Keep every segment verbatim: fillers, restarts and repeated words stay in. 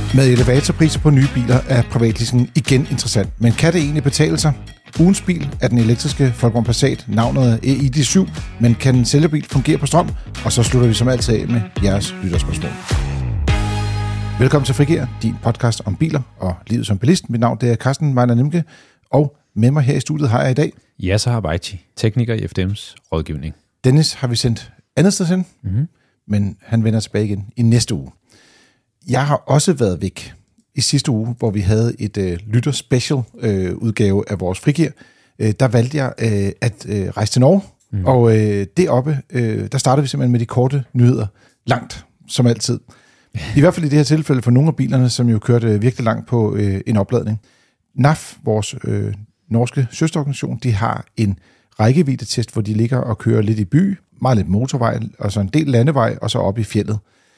Med elevatorpriser på nye biler er privatleasing igen interessant. Men kan det egentlig betale sig? Ugens bil er den elektriske Volkswagen Passat, navnet E I D syv, men kan en sælgerbil fungere på strøm? Og så slutter vi som altid af med jeres lytterspørgsmål. Velkommen til Frigir, din podcast om biler og livet som bilist. Mit navn det er Carsten Meiner Nimke, og med mig her i studiet har jeg i dag Yasser Habaiti, tekniker i F D M's rådgivning. Dennis har vi sendt andet sted hen, Mm-hmm. men han vender tilbage igen i næste uge. Jeg har også været væk i sidste uge, hvor vi havde et øh, lytter-special øh, udgave af vores Frigir. Øh, der valgte jeg øh, at øh, rejse til Norge, mm. og øh, deroppe, øh, der startede vi simpelthen med de korte nyheder. Langt, som altid. I hvert fald i det her tilfælde for nogle af bilerne, som jo kørte virkelig langt på øh, en opladning. N A F, vores øh, norske søsterorganisation, de har en rækkevidde-test, hvor de ligger og kører lidt i by, meget lidt motorvej, og så en del landevej, og så op i fjeldet.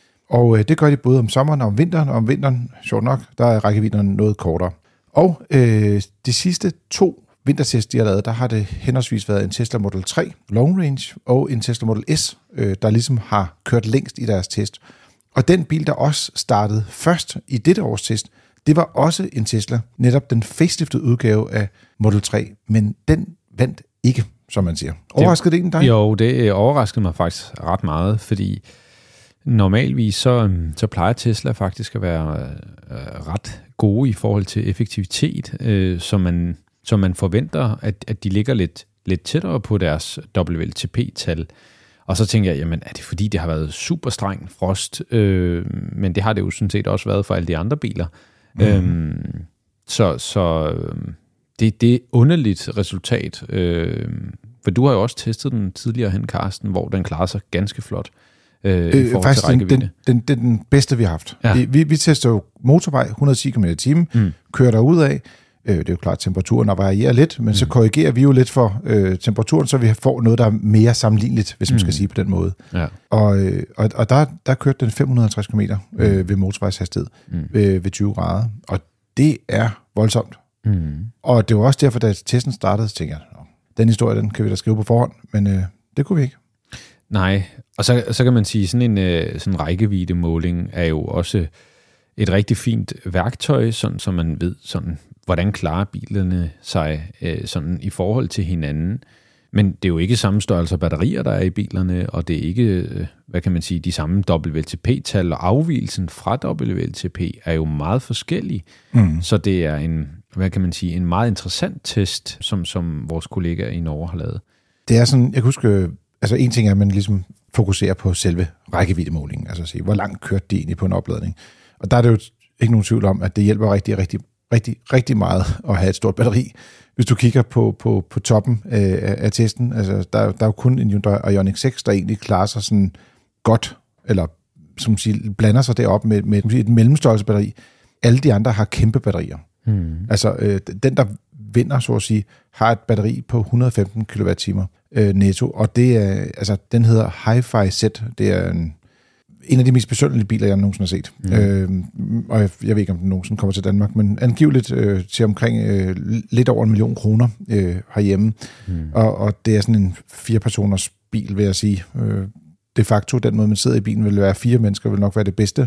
Og øh, det gør de både om sommeren og om vinteren, og om vinteren, sjovt nok, der er rækkevidden noget kortere. Og øh, de sidste to vintertests, de har lavet, der har det henholdsvis været en Tesla Model tre Long Range og en Tesla Model S, øh, der ligesom har kørt længst i deres test. Og den bil, der også startede først i dette års test, det var også en Tesla, netop den faceliftede udgave af Model tre, men den vandt ikke, som man siger. Overraskede det ikke dig? Jo, det overraskede mig faktisk ret meget, fordi normalvis så, så plejer Tesla faktisk at være øh, ret gode i forhold til effektivitet, øh, så, man, så man forventer, at, at de ligger lidt, lidt tættere på deres W L T P-tal. Og så tænker jeg, jamen er det fordi, det har været super streng frost? Øh, men det har det jo sådan set også været for alle de andre biler. Mm. Øhm, så så det, det er et underligt resultat. Øh, for du har jo også testet den tidligere hen, Carsten, hvor den klarer sig ganske flot. Øh, øh, faktisk den, den, den, den, den bedste, vi har haft. Ja. Vi, vi tester jo motorvej, et hundrede og ti kilometer i timen, mm. kører derud af. Øh, det er jo klart, at temperaturen varierer lidt, men mm. så korrigerer vi jo lidt for øh, temperaturen, så vi får noget, der er mere sammenligneligt, hvis man mm. skal sige på den måde. Ja. Og, øh, og, og der, der kørte den fem hundrede og halvtreds kilometer øh, ved motorvejshastighed mm. øh, ved tyve grader, og det er voldsomt. Mm. Og det var også derfor, da testen startede, så tænkte jeg, den historie, den kan vi da skrive på forhånd, men øh, det kunne vi ikke. Nej, og så, så kan man sige, sådan en sådan rækkeviddemåling er jo også et rigtig fint værktøj, sådan, så man ved, sådan, hvordan klarer bilerne sig øh, sådan, i forhold til hinanden. Men det er jo ikke samme størrelse batterier, der er i bilerne, og det er ikke, øh, hvad kan man sige, de samme W L T P-tal, og afvigelsen fra W L T P er jo meget forskellig. Mm. Så det er en, hvad kan man sige, en meget interessant test, som, som vores kollegaer i Norge har lavet. Det er sådan, jeg kan huske, altså en ting er, at man ligesom fokuserer på selve rækkeviddemålingen, altså at se, hvor langt kørte de egentlig på en opladning. Og der er det jo ikke nogen tvivl om, at det hjælper rigtig, rigtig, rigtig, rigtig meget at have et stort batteri. Hvis du kigger på, på, på toppen af, af testen, altså der, der er jo kun en Hyundai Ioniq seks, der egentlig klarer sig sådan godt, eller som siger, blander sig deroppe med, med et mellemstørrelse batteri. Alle de andre har kæmpe batterier. Hmm. Altså øh, den, der vinder, så at sige, har et batteri på et hundrede og femten kilowatt-timer øh, netto, og det er, altså den hedder Hi-Fi Z, det er en En af de mest besynderlige biler, jeg nogensinde har set. Mm. Øh, og jeg, jeg ved ikke, om den nogensinde kommer til Danmark, men angiveligt øh, til omkring øh, lidt over en million kroner øh, herhjemme. Mm. Og, og det er sådan en fire-personers bil, vil jeg sige. Øh, de facto, den måde, man sidder i bilen, vil være fire mennesker, vil nok være det bedste.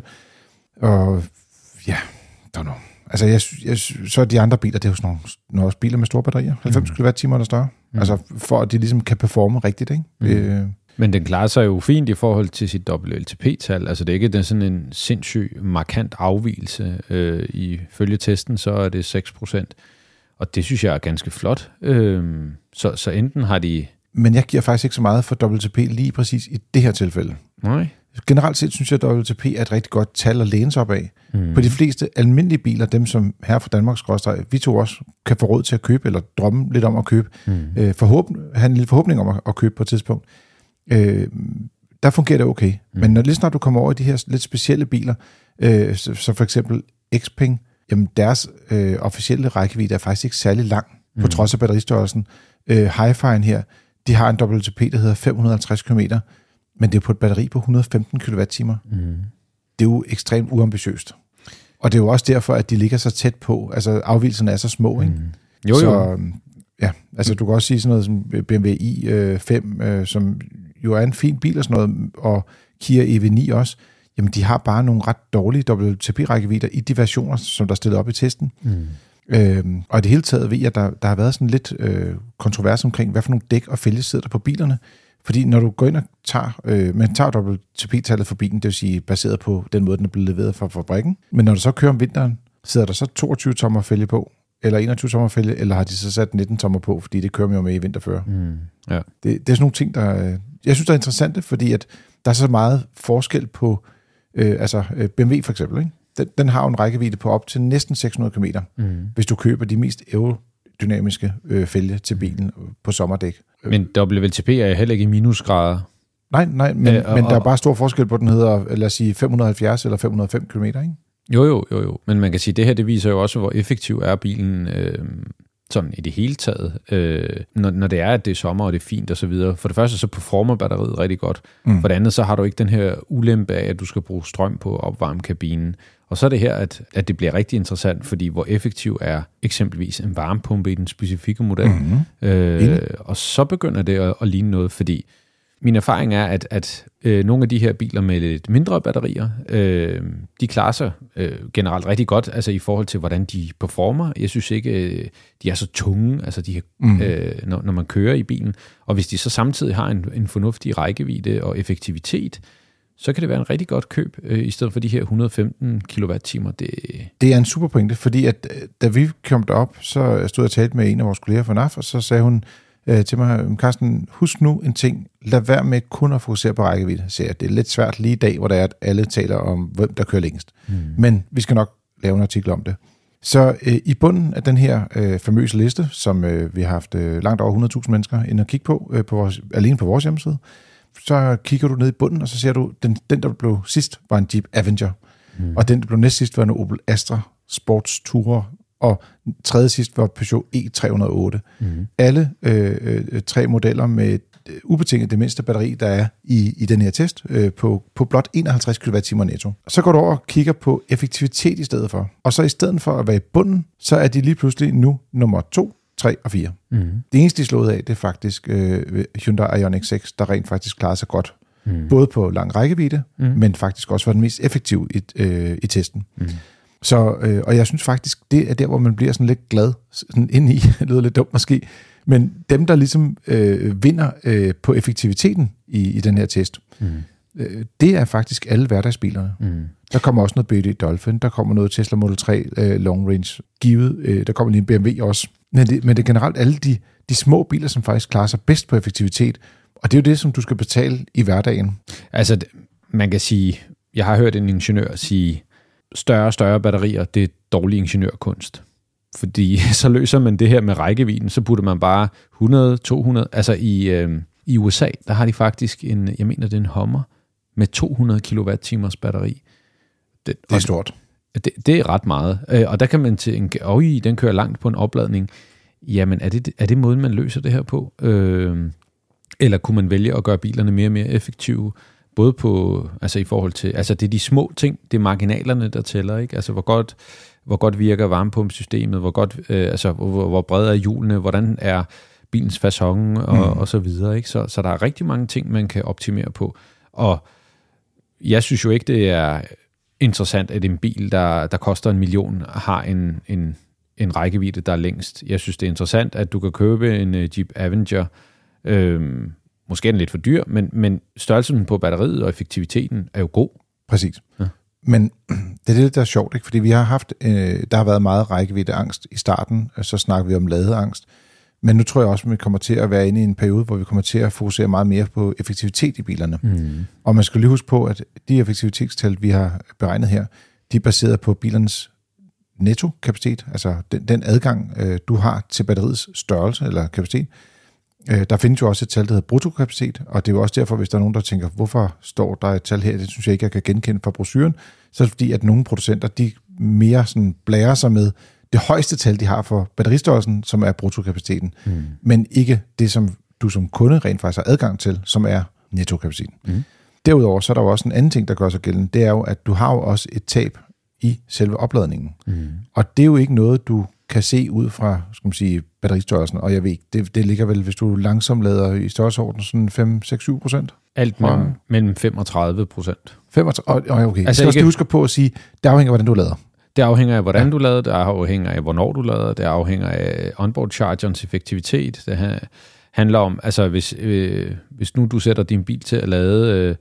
Og ja, der er noget. Altså, jeg, jeg, så er de andre biler, det er jo sådan nogle, nogle også biler med store batterier. halvfems mm. kilowatt-timer eller større. Mm. Altså, for at de ligesom kan performe rigtigt, ikke? Mm. Øh, Men den klarer sig jo fint i forhold til sit W L T P-tal. Altså det er ikke den sådan en sindssyg markant afvigelse. Øh, ifølge testen, så er det seks procent. Og det synes jeg er ganske flot. Øh, så, så enten har de... Men jeg giver faktisk ikke så meget for W L T P lige præcis i det her tilfælde. Nej. Generelt set synes jeg, at W L T P er et rigtig godt tal at læne sig op af. Mm. På de fleste almindelige biler, dem som her fra Danmarks skråstreg, vi to også kan få råd til at købe, eller drømme lidt om at købe, mm. øh, forhåb- have en lille forhåbning om at, at købe på et tidspunkt. Øh, der fungerer det okay. Mm. Men når, lige snart du kommer over i de her lidt specielle biler, øh, så, så for eksempel Xpeng, jamen deres øh, officielle rækkevidde er faktisk ikke særlig lang, mm. på trods af batteristørrelsen. Øh, Hi-Fi'en her, de har en W L T P, der hedder fem hundrede og halvtreds kilometer, men det er på et batteri på et hundrede og femten kilowatt-timer. Mm. Det er jo ekstremt uambitiøst. Og det er jo også derfor, at de ligger så tæt på, altså afvigelserne er så små, ikke? Mm. Jo, jo. Så, ja, altså du kan også sige sådan noget som B M W i fem, øh, som jo er en fin bil og sådan noget, og Kia E V ni også. jamen de har bare nogle ret dårlige W L T P-rækkevidder i de versioner, som der er stillet op i testen. Mm. Øhm, og i det hele taget ved jeg, at der, der har været sådan lidt øh, kontrovers omkring, hvad for nogle dæk og fælge sidder der på bilerne. Fordi når du går ind og tager, øh, man tager W L T P-tallet for bilen, det vil sige baseret på den måde, den er blevet leveret fra fabrikken. Men når du så kører om vinteren, sidder der så toogtyve tommer fælge på, eller enogtyve tommer fælge, eller har de så sat nitten tommer på, fordi det kører man jo med i vinterfører. Mm. Ja. Det, det er sådan nogle ting, der jeg synes, der er interessante, fordi at der er så meget forskel på, øh, altså B M W for eksempel, ikke? Den, den har jo en rækkevidde på op til næsten seks hundrede kilometer, mm. hvis du køber de mest aerodynamiske øh, fælge til bilen på sommerdæk. Men W L T P er heller ikke i minusgrader. Nej, nej, men, øh, og, men der er bare stor forskel på, den hedder, lad os sige, fem hundrede og halvfjerds eller fem hundrede og fem kilometer, ikke? Jo, jo, jo, jo. Men man kan sige, at det her, det viser jo også, hvor effektiv er bilen øh, sådan i det hele taget, øh, når, når det er, at det er sommer, og det er fint og så videre. For det første, så performer batteriet rigtig godt. Mm. For det andet, så har du ikke den her ulempe af, at du skal bruge strøm på at opvarme kabinen. Og så er det her, at, at det bliver rigtig interessant, fordi hvor effektiv er eksempelvis en varmepumpe i den specifikke model. Mm-hmm. Øh, og så begynder det at, at ligne noget, fordi min erfaring er, at, at øh, nogle af de her biler med lidt mindre batterier, øh, de klarer sig øh, generelt rigtig godt, altså i forhold til, hvordan de performer. Jeg synes ikke, øh, de er så tunge, altså de her, mm. øh, når, når man kører i bilen. Og hvis de så samtidig har en, en fornuftig rækkevidde og effektivitet, så kan det være en rigtig godt køb, øh, i stedet for de her et hundrede og femten kilowatt-timer. Det... det er en super pointe, fordi at, da vi kom derop, så stod jeg og talte med en af vores kolleger fra N A F, og så sagde hun øh, til mig, Carsten, husk nu en ting, lad være med kun at fokusere på rækkevidde. Så det er lidt svært lige i dag, hvor der er, at alle taler om, hvem der kører længst. Mm. Men vi skal nok lave en artikel om det. Så øh, i bunden af den her øh, famøse liste, som øh, vi har haft øh, langt over hundrede tusind mennesker inde og kigge på, øh, på vores, alene på vores hjemmeside, så kigger du ned i bunden, og så ser du, den, den der blev sidst, var en Jeep Avenger. Mm. Og den, der blev næst sidst, var en Opel Astra Sports Tourer. Og tredje sidst var Peugeot E tre hundrede og otte. Mm. Alle øh, øh, tre modeller med øh, ubetinget det mindste batteri, der er i, i den her test, øh, på, på blot enoghalvtreds kilowatt-timer netto. Så går du over og kigger på effektivitet i stedet for. Og så i stedet for at være i bunden, så er de lige pludselig nu nummer to, tre og fire. Mm. Det eneste, de slået af, det er faktisk øh, Hyundai Ioniq seks, der rent faktisk klarer sig godt. Mm. Både på lang rækkevidde, mm. men faktisk også var den mest effektive i, øh, i testen. Mm. Så, øh, og jeg synes faktisk, det er der, hvor man bliver sådan lidt glad sådan ind i, det lyder lidt dumt måske, men dem, der ligesom øh, vinder øh, på effektiviteten i, i den her test, mm. øh, det er faktisk alle hverdagsbilerne. Mm. Der kommer også noget B Y D Dolphin, der kommer noget Tesla Model tre øh, Long Range givet, øh, der kommer lige en B M W også. Men det, men det er generelt alle de, de små biler, som faktisk klarer sig bedst på effektivitet, og det er jo det, som du skal betale i hverdagen. Altså, man kan sige, jeg har hørt en ingeniør sige, større og større batterier, det er dårlig ingeniørkunst. Fordi så løser man det her med rækkevidden, så putter man bare hundrede, to hundrede, altså i, øh, i U S A, der har de faktisk en, jeg mener det er en Hummer, med to hundrede kilowatt-timers batteri. Det, det er stort. Det, det er ret meget. Og der kan man tænke, øj, den kører langt på en opladning. Jamen, er det, er det måden, man løser det her på? Øh, eller kunne man vælge at gøre bilerne mere og mere effektive? Både på, altså i forhold til, altså det er de små ting, det er marginalerne, der tæller, ikke? Altså hvor godt, hvor godt virker varmepumpesystemet, hvor godt, øh, altså hvor, hvor brede er hjulene, hvordan er bilens facon og, mm. og så videre, ikke? Så, så der er rigtig mange ting, man kan optimere på. Og jeg synes jo ikke, det er interessant, at en bil, der, der koster en million, har en, en, en rækkevidde, der er længst. Jeg synes, det er interessant, at du kan købe en uh, Jeep Avenger, øh, måske er den lidt for dyr, men, men størrelsen på batteriet og effektiviteten er jo god. Præcis. Ja. Men det er det, der er sjovt, ikke? Fordi vi har haft, øh, der har været meget rækkeviddeangst i starten, så snakker vi om ladeangst. Men nu tror jeg også, at vi kommer til at være inde i en periode, hvor vi kommer til at fokusere meget mere på effektivitet i bilerne. Mm. Og man skal lige huske på, at de effektivitetstal, vi har beregnet her, de er baseret på bilernes nettokapacitet, altså den, den adgang, øh, du har til batteriets størrelse eller kapacitet. Øh, der findes jo også et tal, der hedder bruttokapacitet, og det er jo også derfor, hvis der er nogen, der tænker, hvorfor står der et tal her, det synes jeg ikke, jeg kan genkende fra brochuren, så er det fordi, at nogle producenter, de mere sådan blærer sig med det højeste tal, de har for batteristørrelsen, som er bruttokapaciteten, mm. men ikke det, som du som kunde rent faktisk har adgang til, som er nettokapaciteten. Mm. Derudover så er der jo også en anden ting, der gør sig gældende, det er jo, at du har jo også et tab i selve opladningen. Mm. Og det er jo ikke noget, du kan se ud fra, skal man sige, batteristørrelsen, og jeg ved ikke, det, det ligger vel, hvis du langsomt lader i størrelsesorden, sådan fem, seks, syv procent? Alt mellem, mellem fem og tredive procent. femogtredive, okay. okay. Altså jeg skal ikke, også huske på at sige, det afhænger af, hvordan du lader. Det afhænger af, hvordan ja. du lader, det afhænger af, hvornår du lader, det afhænger af onboard-chargerens effektivitet. Det handler om, altså hvis, øh, hvis nu du sætter din bil til at lade øh,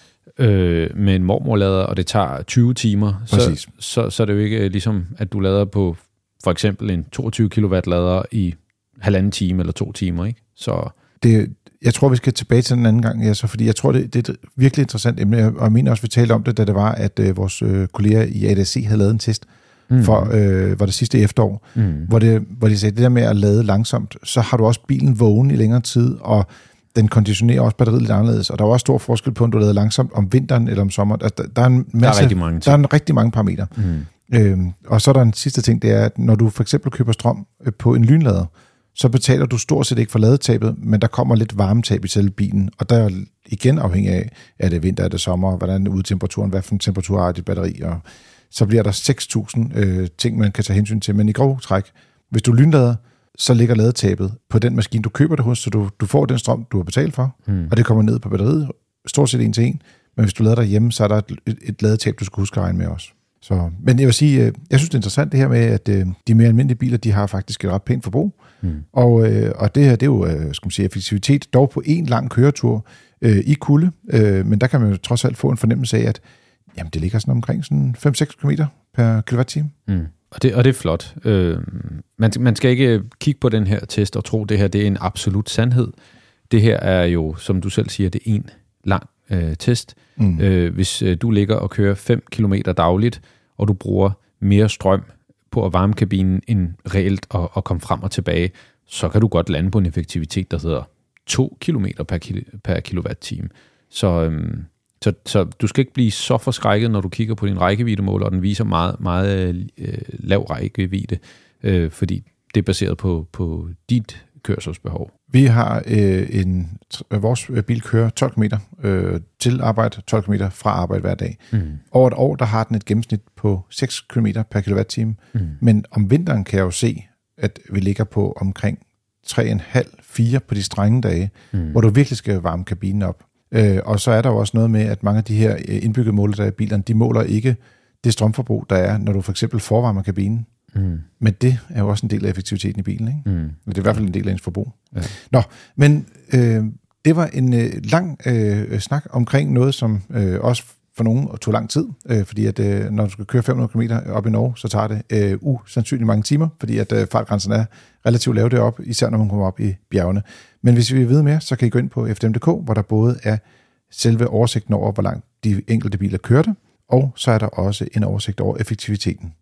øh, med en mormorlader, og det tager tyve timer, så, så, så er det jo ikke ligesom, at du lader på for eksempel en toogtyve kilowatt lader i halvanden time eller to timer, ikke? Så det, jeg tror, vi skal tilbage til den anden gang, ja, så, fordi jeg tror, det, det er et virkelig interessant emne, og jeg mener også, vi talte om det, da det var, at øh, vores øh, kolleger i A D A C havde lavet en test, mm. for, øh, var det sidste efterår, mm. hvor, det, hvor de sagde, det der med at lade langsomt, så har du også bilen vågen i længere tid, og den konditionerer også batteriet lidt anderledes, og der er også stor forskel på, om du lader langsomt om vinteren eller om sommeren. Altså, der, der er en masse, der er rigtig mange, der er en rigtig mange parametre. Mm. Øhm, og så er der en sidste ting, det er, at når du for eksempel køber strøm på en lynlader, så betaler du stort set ikke for ladetabet, men der kommer lidt varmetab i selve bilen, og der er igen afhængig af, er det vinter, er det sommer, hvordan er udetemperaturen, hvad for en temperatur har dit batteri, og så bliver der seks tusind øh, ting, man kan tage hensyn til. Men i grov træk, hvis du lynlader, så ligger ladetabet på den maskine, du køber det hos, så du, du får den strøm, du har betalt for, mm. og det kommer ned på batteriet, stort set en til en, men hvis du lader derhjemme, så er der et, et, et ladetab, du skal huske at regne med også. Så, men jeg vil sige, jeg synes, det er interessant det her med, at de mere almindelige biler, de har faktisk et ret pænt forbrug. Mm. Og, og det her, det er jo, skal man sige, effektivitet, dog på en lang køretur øh, i kulde. Øh, men der kan man jo trods alt få en fornemmelse af, at jamen, det ligger sådan omkring sådan fem til seks kilometer per kilowatt-time. Mm. Og, det, og det er flot. Øh, man, man skal ikke kigge på den her test og tro, at det her det er en absolut sandhed. Det her er jo, som du selv siger, det er en lang øh, test. Mm. Øh, hvis øh, du ligger og kører fem kilometer dagligt, og du bruger mere strøm på at varme kabinen end reelt at, at komme frem og tilbage, så kan du godt lande på en effektivitet, der hedder to kilometer per, kil- per kilowatt-time. Så, øhm, så, så du skal ikke blive så forskrækket, når du kigger på din rækkeviddemåler, og den viser meget, meget øh, lav rækkevidde, øh, fordi det er baseret på, på dit kørselsbehov. Vi har øh, en, vores bil kører tolv kilometer øh, til arbejde, tolv kilometer fra arbejde hver dag. Mm. Over et år, der har den et gennemsnit på seks kilometer per kilowatt-time. Mm. Men om vinteren kan jeg jo se, at vi ligger på omkring tre komma fem til fire på de strenge dage, mm. hvor du virkelig skal varme kabinen op. Øh, og så er der jo også noget med, at mange af de her indbyggede måler, der er i bilerne, de måler ikke det strømforbrug, der er, når du for eksempel forvarmer kabinen. Mm. Men det er jo også en del af effektiviteten i bilen, ikke? Mm. Det er i hvert fald en del af ens forbrug. Ja. Nå, men øh, det var en øh, lang øh, snak omkring noget, som øh, også for nogen tog lang tid, øh, fordi at øh, når du skal køre fem hundrede kilometer op i Norge, så tager det øh, usandsynligt mange timer, fordi at øh, fartgrænsen er relativt lav deroppe, især når man kommer op i bjergene. Men hvis vi vil vide mere, så kan I gå ind på F D M punktum d k, hvor der både er selve oversigten over, hvor langt de enkelte biler kørte, og så er der også en oversigt over effektiviteten.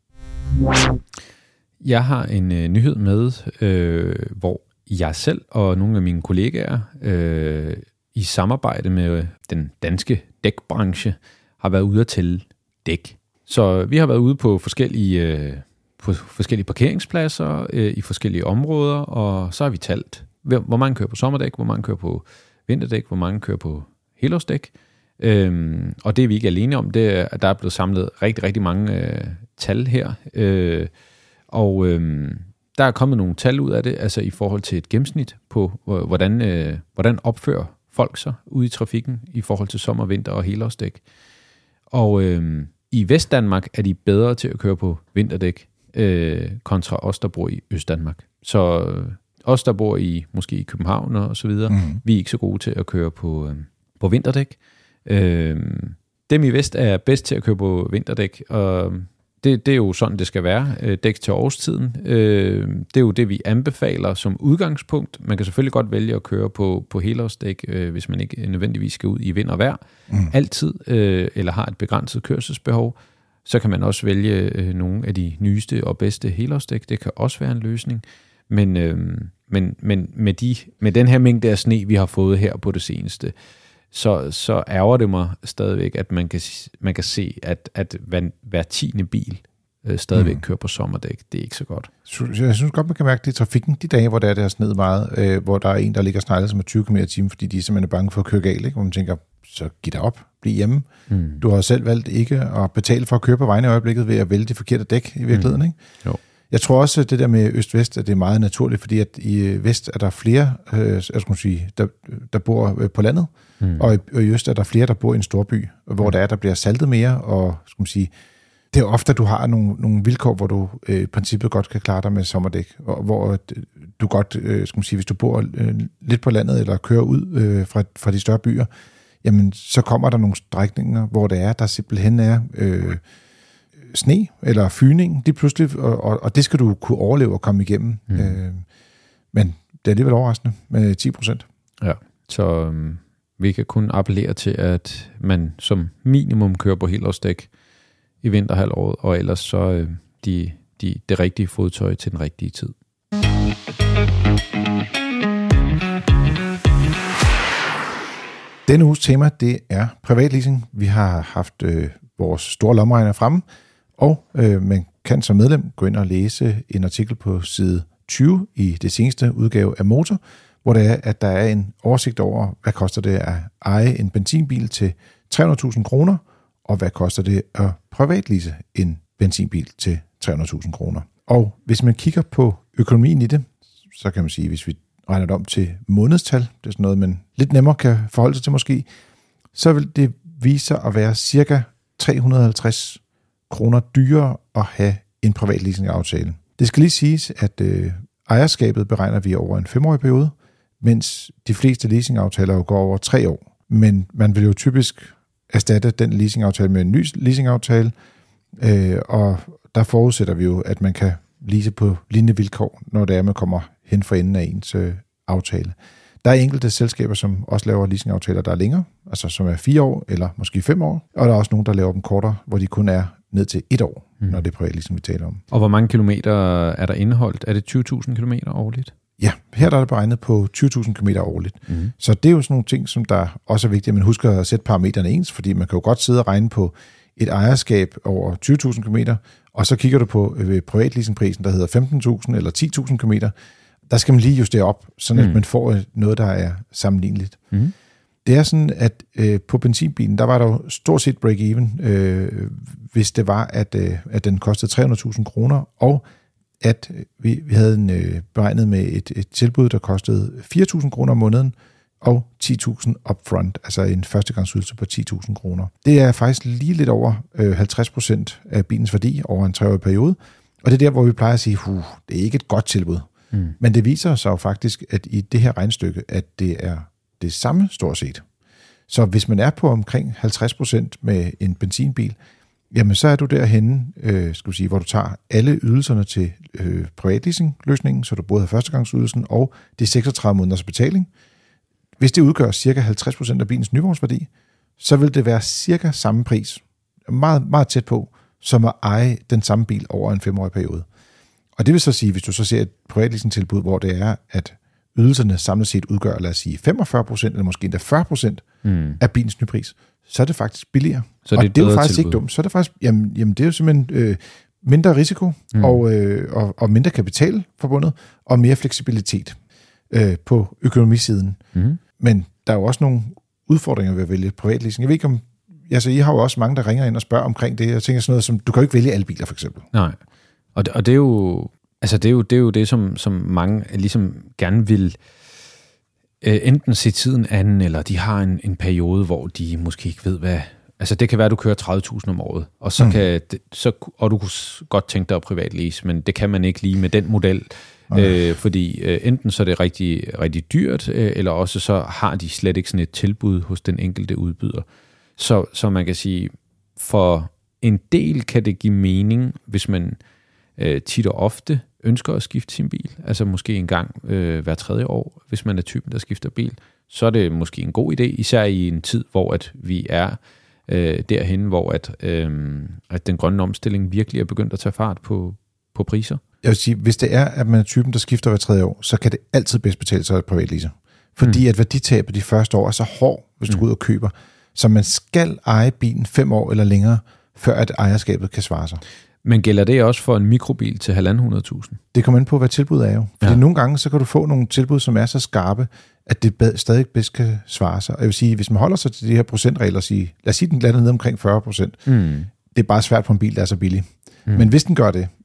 Jeg har en øh, nyhed med, øh, hvor jeg selv og nogle af mine kollegaer øh, i samarbejde med den danske dækbranche har været ude at tælle dæk. Så vi har været ude på forskellige, øh, på forskellige parkeringspladser øh, i forskellige områder, og så har vi talt, hvor mange kører på sommerdæk, hvor mange kører på vinterdæk, hvor mange kører på helårsdæk. Øhm, og det er vi ikke alene om, det er, at der er blevet samlet rigtig, rigtig mange øh, tal her. Øh, og øh, der er kommet nogle tal ud af det, altså i forhold til et gennemsnit på, hvordan, øh, hvordan opfører folk sig ude i trafikken i forhold til sommer, vinter og helårsdæk. Og øh, i Vestdanmark er de bedre til at køre på vinterdæk øh, kontra os, der bor i Østdanmark. Så øh, os, der bor i måske i København og så videre, mm. vi er ikke så gode til at køre på, øh, på vinterdæk. Øh, dem i Vest er bedst til at køre på vinterdæk, og det, det er jo sådan, det skal være. Øh, dæk til årstiden. Øh, det er jo det, vi anbefaler som udgangspunkt. Man kan selvfølgelig godt vælge at køre på, på helårsdæk, øh, hvis man ikke nødvendigvis skal ud i vind og vejr. Mm. Altid, øh, eller har et begrænset kørselsbehov. Så kan man også vælge øh, nogle af de nyeste og bedste helårsdæk. Det kan også være en løsning. Men, øh, men, men med, de, med den her mængde af sne, vi har fået her på det seneste, så, så ærger det mig stadigvæk, at man kan, man kan se, at, at hver, hver tiende bil øh, stadigvæk mm. kører på sommerdæk. Det er ikke så godt. Jeg synes godt, man kan mærke det i trafikken de dage, hvor der er det her sned meget, øh, hvor der er en, der ligger sneglet som er tyve kilometer i timen, fordi de er simpelthen bange for at køre galt, ikke? Hvor man tænker, så giv dig op, bliv hjemme. Mm. Du har selv valgt ikke at betale for at køre på vejen i øjeblikket ved at vælge de forkerte dæk i virkeligheden, mm. ikke? Jo. Jeg tror også, at det der med øst-vest, at det er meget naturligt, fordi at i vest er der flere, øh, jeg skal sige, der, der bor på landet, mm. og, i, og i øst er der flere, der bor i en storby, hvor mm. der er, der bliver saltet mere, og skal man sige, det er ofte, at du har nogle, nogle vilkår, hvor du øh, i princippet godt kan klare dig med sommerdæk, og hvor du godt, øh, skal man sige, hvis du bor øh, lidt på landet, eller kører ud øh, fra, fra de større byer, jamen så kommer der nogle strækninger, hvor det er, der simpelthen er øh, sne eller fyning, det pludselig, og, og, og det skal du kunne overleve og komme igennem. Mm. Øh, men det er alligevel overraskende med ti procent. Ja, så øh, vi kan kun appellere til, at man som minimum kører på helårsdæk i vinterhalvåret, og ellers så øh, de, de, det rigtige fodtøj til den rigtige tid. Denne uges tema, det er privatleasing. Vi har haft øh, vores store lommeregner fremme, og øh, man kan som medlem gå ind og læse en artikel på side tyve i det seneste udgave af Motor, hvor det er, at der er en oversigt over, hvad koster det at eje en benzinbil til tre hundrede tusind kroner, og hvad koster det at privatlease en benzinbil til tre hundrede tusind kroner. Og hvis man kigger på økonomien i det, så kan man sige, hvis vi regner det om til månedstal, det er sådan noget, man lidt nemmere kan forholde sig til måske, så vil det vise sig at være cirka tre hundrede og halvtreds kroner dyrere at have en privat leasingaftale. Det skal lige siges, at øh, ejerskabet beregner vi over en femårig periode, mens de fleste leasingaftaler jo går over tre år. Men man vil jo typisk erstatte den leasingaftale med en ny leasingaftale, øh, og der forudsætter vi jo, at man kan lease på lignende vilkår, når det er, man kommer hen for enden af ens øh, aftale. Der er enkelte selskaber, som også laver leasingaftaler, der er længere, altså som er fire år eller måske fem år, og der er også nogen, der laver dem kortere, hvor de kun er ned til et år, mm. når det er privat leasing, vi taler om. Og hvor mange kilometer er der indeholdt? Er det tyve tusind kilometer årligt? Ja, her der er det beregnet på tyve tusind kilometer årligt. Mm. Så det er jo sådan nogle ting, som der også er vigtigt, at man husker at sætte parametrene ens, fordi man kan jo godt sidde og regne på et ejerskab over tyve tusind kilometer, og så kigger du på øh, privatleasingprisen, der hedder femten tusind eller ti tusind kilometer. Der skal man lige justere op, sådan at mm. man får noget, der er sammenligneligt. Mm. Det er sådan, at øh, på benzinbilen, der var der jo stort set break-even, øh, hvis det var, at, øh, at den kostede tre hundrede tusind kroner, og at vi, vi havde en, øh, beregnet med et, et tilbud, der kostede fire tusind kroner om måneden, og ti tusind upfront, altså en førstegangsydelse på ti tusind kroner. Det er faktisk lige lidt over øh, halvtreds procent af bilens værdi over en treårig periode, og det er der, hvor vi plejer at sige, huh, det er ikke et godt tilbud. Mm. Men det viser sig jo faktisk, at i det her regnestykke, at det er det samme stort set. Så hvis man er på omkring halvtreds procent med en benzinbil, jamen så er du derhenne, øh, skal vi sige, hvor du tager alle ydelserne til øh, privatleasing-løsningen, så du både har førstegangsydelsen og de seksogtredive måneders betaling. Hvis det udgør cirka halvtreds procent af bilens nyvognsværdi, så vil det være cirka samme pris, meget, meget tæt på, som at eje den samme bil over en femårig periode. Og det vil så sige, hvis du så ser et privatleasing-tilbud, hvor det er, at ydelserne samlet set udgør, lad os sige, femogfyrre procent eller måske endda fyrre procent mm. af bilens nypris, så er det faktisk billigere. Så det er og det er jo faktisk tilbud. Ikke dumt. Så er det faktisk, jamen, jamen det er jo simpelthen øh, mindre risiko mm. og, øh, og, og mindre kapital forbundet, og mere fleksibilitet øh, på økonomisiden. Mm. Men der er jo også nogle udfordringer ved at vælge privatleasing. Jeg ved ikke om, altså I har jo også mange, der ringer ind og spørger omkring det. Jeg tænker sådan noget som, du kan jo ikke vælge alle biler for eksempel. Nej, og det, og det er jo, altså det er jo det, er jo det som, som mange ligesom gerne vil øh, enten se tiden an, eller de har en, en periode, hvor de måske ikke ved, hvad. Altså det kan være, at du kører tredive tusind om året, og så mm. kan det, så, og du kunne godt tænke dig at privatlease, men det kan man ikke lige med den model. Øh, fordi øh, enten så er det rigtig, rigtig dyrt, øh, eller også så har de slet ikke sådan et tilbud hos den enkelte udbyder. Så, så man kan sige, for en del kan det give mening, hvis man øh, tit og ofte ønsker at skifte sin bil, altså måske en gang øh, hver tredje år, hvis man er typen, der skifter bil, så er det måske en god idé, især i en tid, hvor at vi er øh, derhen, hvor at, øh, at den grønne omstilling virkelig er begyndt at tage fart på, på priser. Jeg vil sige, hvis det er, at man er typen, der skifter hver tredje år, så kan det altid bedst betale sig at privatlease. Fordi mm. at værditabet de første år er så hård, hvis du mm. går ud og køber. Så man skal eje bilen fem år eller længere, før at ejerskabet kan svare sig. Men gælder det også for en mikrobil til halvanden hundrede tusind? Det kommer ind på, hvad tilbuddet er jo. Fordi ja. Nogle gange, så kan du få nogle tilbud, som er så skarpe, at det stadig bedst kan svare sig. Og jeg vil sige, hvis man holder sig til de her procentregler, sige, lad os sige, den lander ned omkring fyrre procent. Mm. Det er bare svært på en bil, der er så billig. Mm. Men hvis den gør det,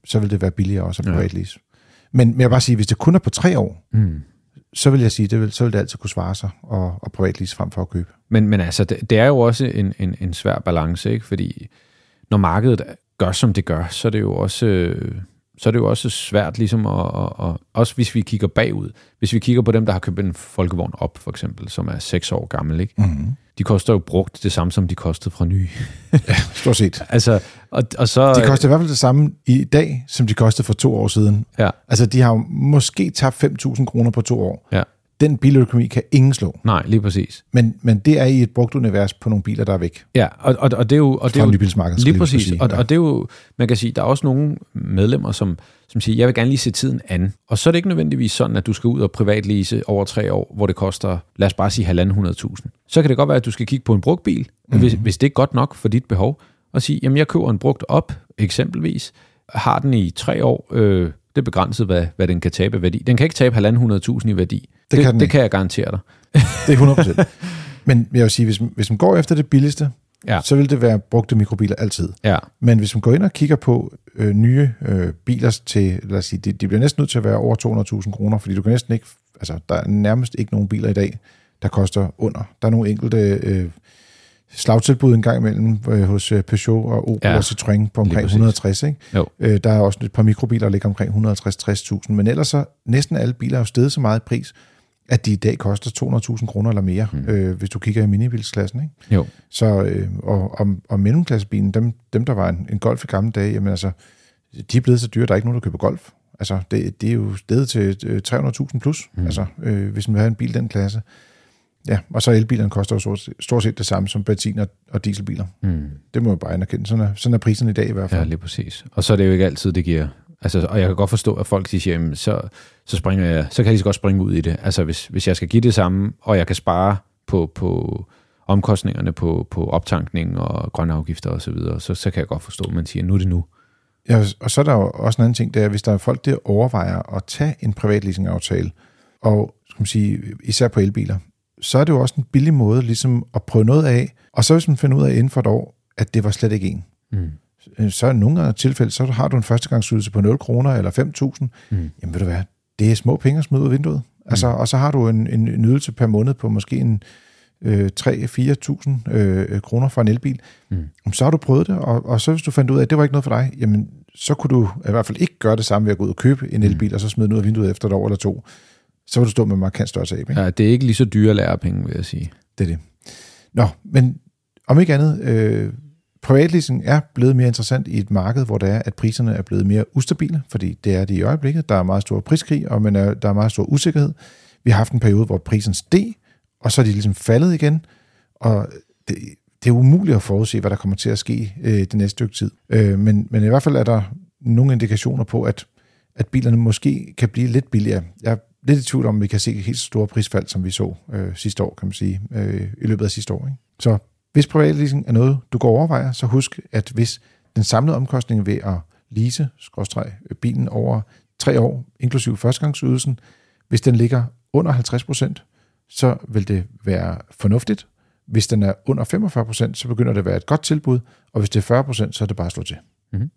så vil det være billigere også at privatlease. Ja. Men, men jeg vil bare sige, hvis det kun er på tre år, mm. så vil jeg sige, det vil, så vil det altid kunne svare sig at, at privatlease frem for at købe. Men, men altså, det, det er jo også en, en, en svær balance, ikke? Fordi når markedet gør, som det gør, så er det jo også, øh, så er det jo også svært, ligesom at, at, at, også hvis vi kigger bagud. Hvis vi kigger på dem, der har købt en folkevogn op, for eksempel, som er seks år gammel, ikke? Mm-hmm. De koster jo brugt det samme, som de kostede fra nye. Ja, stort set. Altså, og, og så, de koster i hvert fald det samme i dag, som de kostede for to år siden. Ja. Altså, de har jo måske tabt fem tusind kroner på to år. Ja. Den biløkonomi kan ingen slå. Nej, lige præcis. Men, men det er i et brugt univers på nogle biler, der er væk. Ja, og, og, og det er jo... Og det er jo nybilsmarkedet, lige præcis. Og, og det er jo, man kan sige, der er også nogle medlemmer, som, som siger, jeg vil gerne lige se tiden an. Og så er det ikke nødvendigvis sådan, at du skal ud og privatlease over tre år, hvor det koster, lad os bare sige, halvanden hundrede tusind. Så kan det godt være, at du skal kigge på en brugt bil, mm-hmm. hvis, hvis det er godt nok for dit behov, og sige, jamen jeg køber en brugt op, eksempelvis, har den i tre år, øh, det er begrænset, hvad, hvad den kan tabe værdi. Den kan ikke tabe halvanden hundrede tusind i værdi. Det, det, kan, det kan jeg garantere dig. Det er hundrede procent. Men jeg vil sige, hvis man, hvis man går efter det billigste, ja. så vil det være brugte mikrobiler altid. Ja. Men hvis man går ind og kigger på øh, nye øh, biler til, lad os sige, de, de bliver næsten nødt til at være over to hundrede tusind kroner, fordi du kan næsten ikke, altså der er nærmest ikke nogen biler i dag, der koster under. Der er nogle enkelte øh, slagtilbud en gang imellem øh, hos Peugeot og Opel ja. og Citroën på omkring et hundrede og tres. Ikke? Øh, der er også et par mikrobiler, der ligger omkring et hundrede og tres til tres tusind, men ellers så næsten alle biler er jo steget så meget i pris, at de i dag koster to hundrede tusind kroner eller mere, hmm. øh, hvis du kigger i minibilsklassen. Ikke? Jo. Så, øh, og, og, og mellemklassebilen, dem, dem der var en, en Golf i gamle dage, jamen altså, de er blevet så dyre, der er ikke nogen, der køber Golf. Altså, det, det er jo steget til øh, tre hundrede tusind plus, hmm. altså, øh, hvis man vil have en bil den klasse. Ja, og så elbilerne koster jo stort set det samme som benzin- og, og dieselbiler. Hmm. Det må jeg bare anerkende. Sådan er, sådan er prisen i dag i hvert fald. Ja, lige præcis. Og så er det jo ikke altid, det giver... Altså, og jeg kan godt forstå, at folk siger, jamen, så, så, springer jeg, så kan jeg lige så godt springe ud i det. Altså, hvis, hvis jeg skal give det samme, og jeg kan spare på, på omkostningerne på, på optankning og grønne afgifter og så videre, så, så kan jeg godt forstå, at man siger, nu er det nu. Ja, og så er der jo også en anden ting, det er, hvis der er folk, der overvejer at tage en privatleasingaftale, og skal man sige, især på elbiler, så er det jo også en billig måde ligesom at prøve noget af, og så hvis man finder ud af inden for et år, at det var slet ikke en. Mm. Så i nogle af tilfælde, så har du en førstegangsydelse på nul kroner eller fem tusind. Mm. Jamen ved du hvad, det er små penge at smide ud af vinduet. Mm. Altså, og så har du en, en, en ydelse per måned på måske en øh, tre til fire tusind øh, kroner for en elbil. Mm. Så har du prøvet det, og, og så hvis du fandt ud af, at det var ikke noget for dig, jamen så kunne du i hvert fald ikke gøre det samme ved at gå ud og købe en elbil, mm. og så smide den ud af vinduet efter et år eller to. Så vil du stå med markant større tab. Ikke? Ja, det er ikke lige så dyre lærepenge, vil jeg sige. Det er det. Nå, men om ikke andet... Øh, privatleasing er blevet mere interessant i et marked, hvor det er, at priserne er blevet mere ustabile, fordi det er det i øjeblikket. Der er meget stor priskrig, og men er, der er meget stor usikkerhed. Vi har haft en periode, hvor prisen steg, og så er de ligesom faldet igen, og det, det er umuligt at forudse, hvad der kommer til at ske øh, det næste stykke tid. Øh, men, men i hvert fald er der nogle indikationer på, at, at bilerne måske kan blive lidt billigere. Jeg er lidt i tvivl om, vi kan se helt store prisfald, som vi så øh, sidste år, kan man sige, øh, i løbet af sidste år. Ikke? Så hvis privatleasing er noget, du går overvejer, så husk, at hvis den samlede omkostning ved at lease, skråstreg, bilen over tre år, inklusive førstegangsydelsen, hvis den ligger under halvtreds procent, så vil det være fornuftigt. Hvis den er under femogfyrre procent, så begynder det at være et godt tilbud, og hvis det er fyrre procent, så er det bare at slå til. Mm-hmm.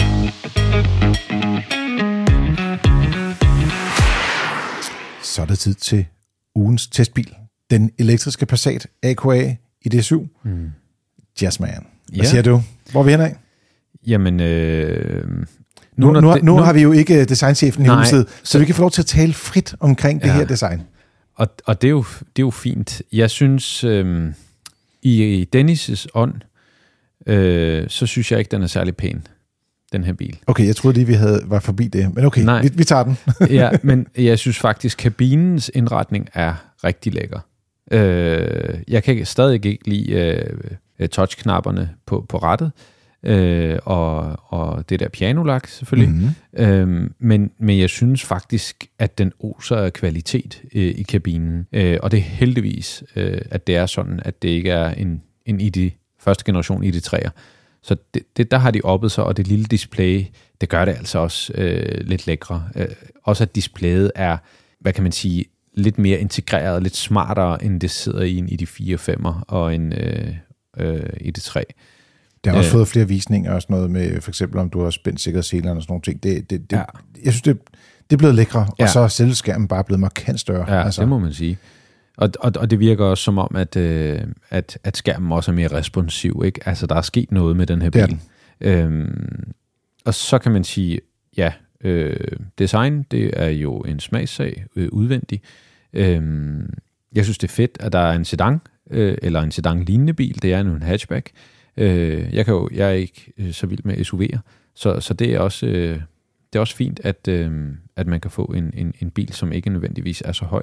Så er det tid til ugens testbil. Den elektriske Passat A K A i D syv. Mm. Jazzman. Hvad ja. siger du? Hvor er vi henad? Jamen, øh, nu, nu, nu, nu, nu har vi jo ikke designchefen i huset, så, så vi kan få lov til at tale frit omkring det ja. her design. Og, og det, er jo, det er jo fint. Jeg synes, øh, i Dennis' ånd, øh, så synes jeg ikke, den er særlig pæn, den her bil. Okay, jeg troede lige, vi havde var forbi det, men okay, vi, vi tager den. Ja, men jeg synes faktisk, kabinens indretning er rigtig lækker. Øh, jeg kan stadig ikke lide øh, touchknapperne på, på rattet, øh, og, og det der pianolak selvfølgelig, mm-hmm. øh, men, men jeg synes faktisk, at den oser af kvalitet øh, i kabinen, øh, og det er heldigvis, øh, at det er sådan, at det ikke er en, en I D, første generation I D tre'er. Så det, det, der har de oppet sig, og det lille display, det gør det altså også øh, lidt lækre. Øh, også at displayet er, hvad kan man sige, lidt mere integreret, lidt smartere, end det sidder i en I D fire femmer og en øh, øh, I D tre. Det har også øh, fået flere visninger og sådan noget med, for eksempel om du har spændt sikkerhedsselerne og sådan nogle ting. Det, det, det, ja. Jeg synes, det, det er blevet lækre, ja. Og så er selv skærmen bare blevet markant større. Ja, altså. Det må man sige. Og, og, og det virker også som om, at, øh, at, at skærmen også er mere responsiv. Ikke? Altså, der er sket noget med den her bil. Øhm, og så kan man sige, ja, øh, design, det er jo en smagssag øh, udvendig. Øhm, jeg synes, det er fedt, at der er en sedan, øh, eller en sedan-lignende bil. Det er en hatchback. Øh, jeg, kan jo, jeg er ikke øh, så vild med S U V'er, så, så det er også... Øh, det er også fint, at, øh, at man kan få en, en, en bil, som ikke nødvendigvis er så høj.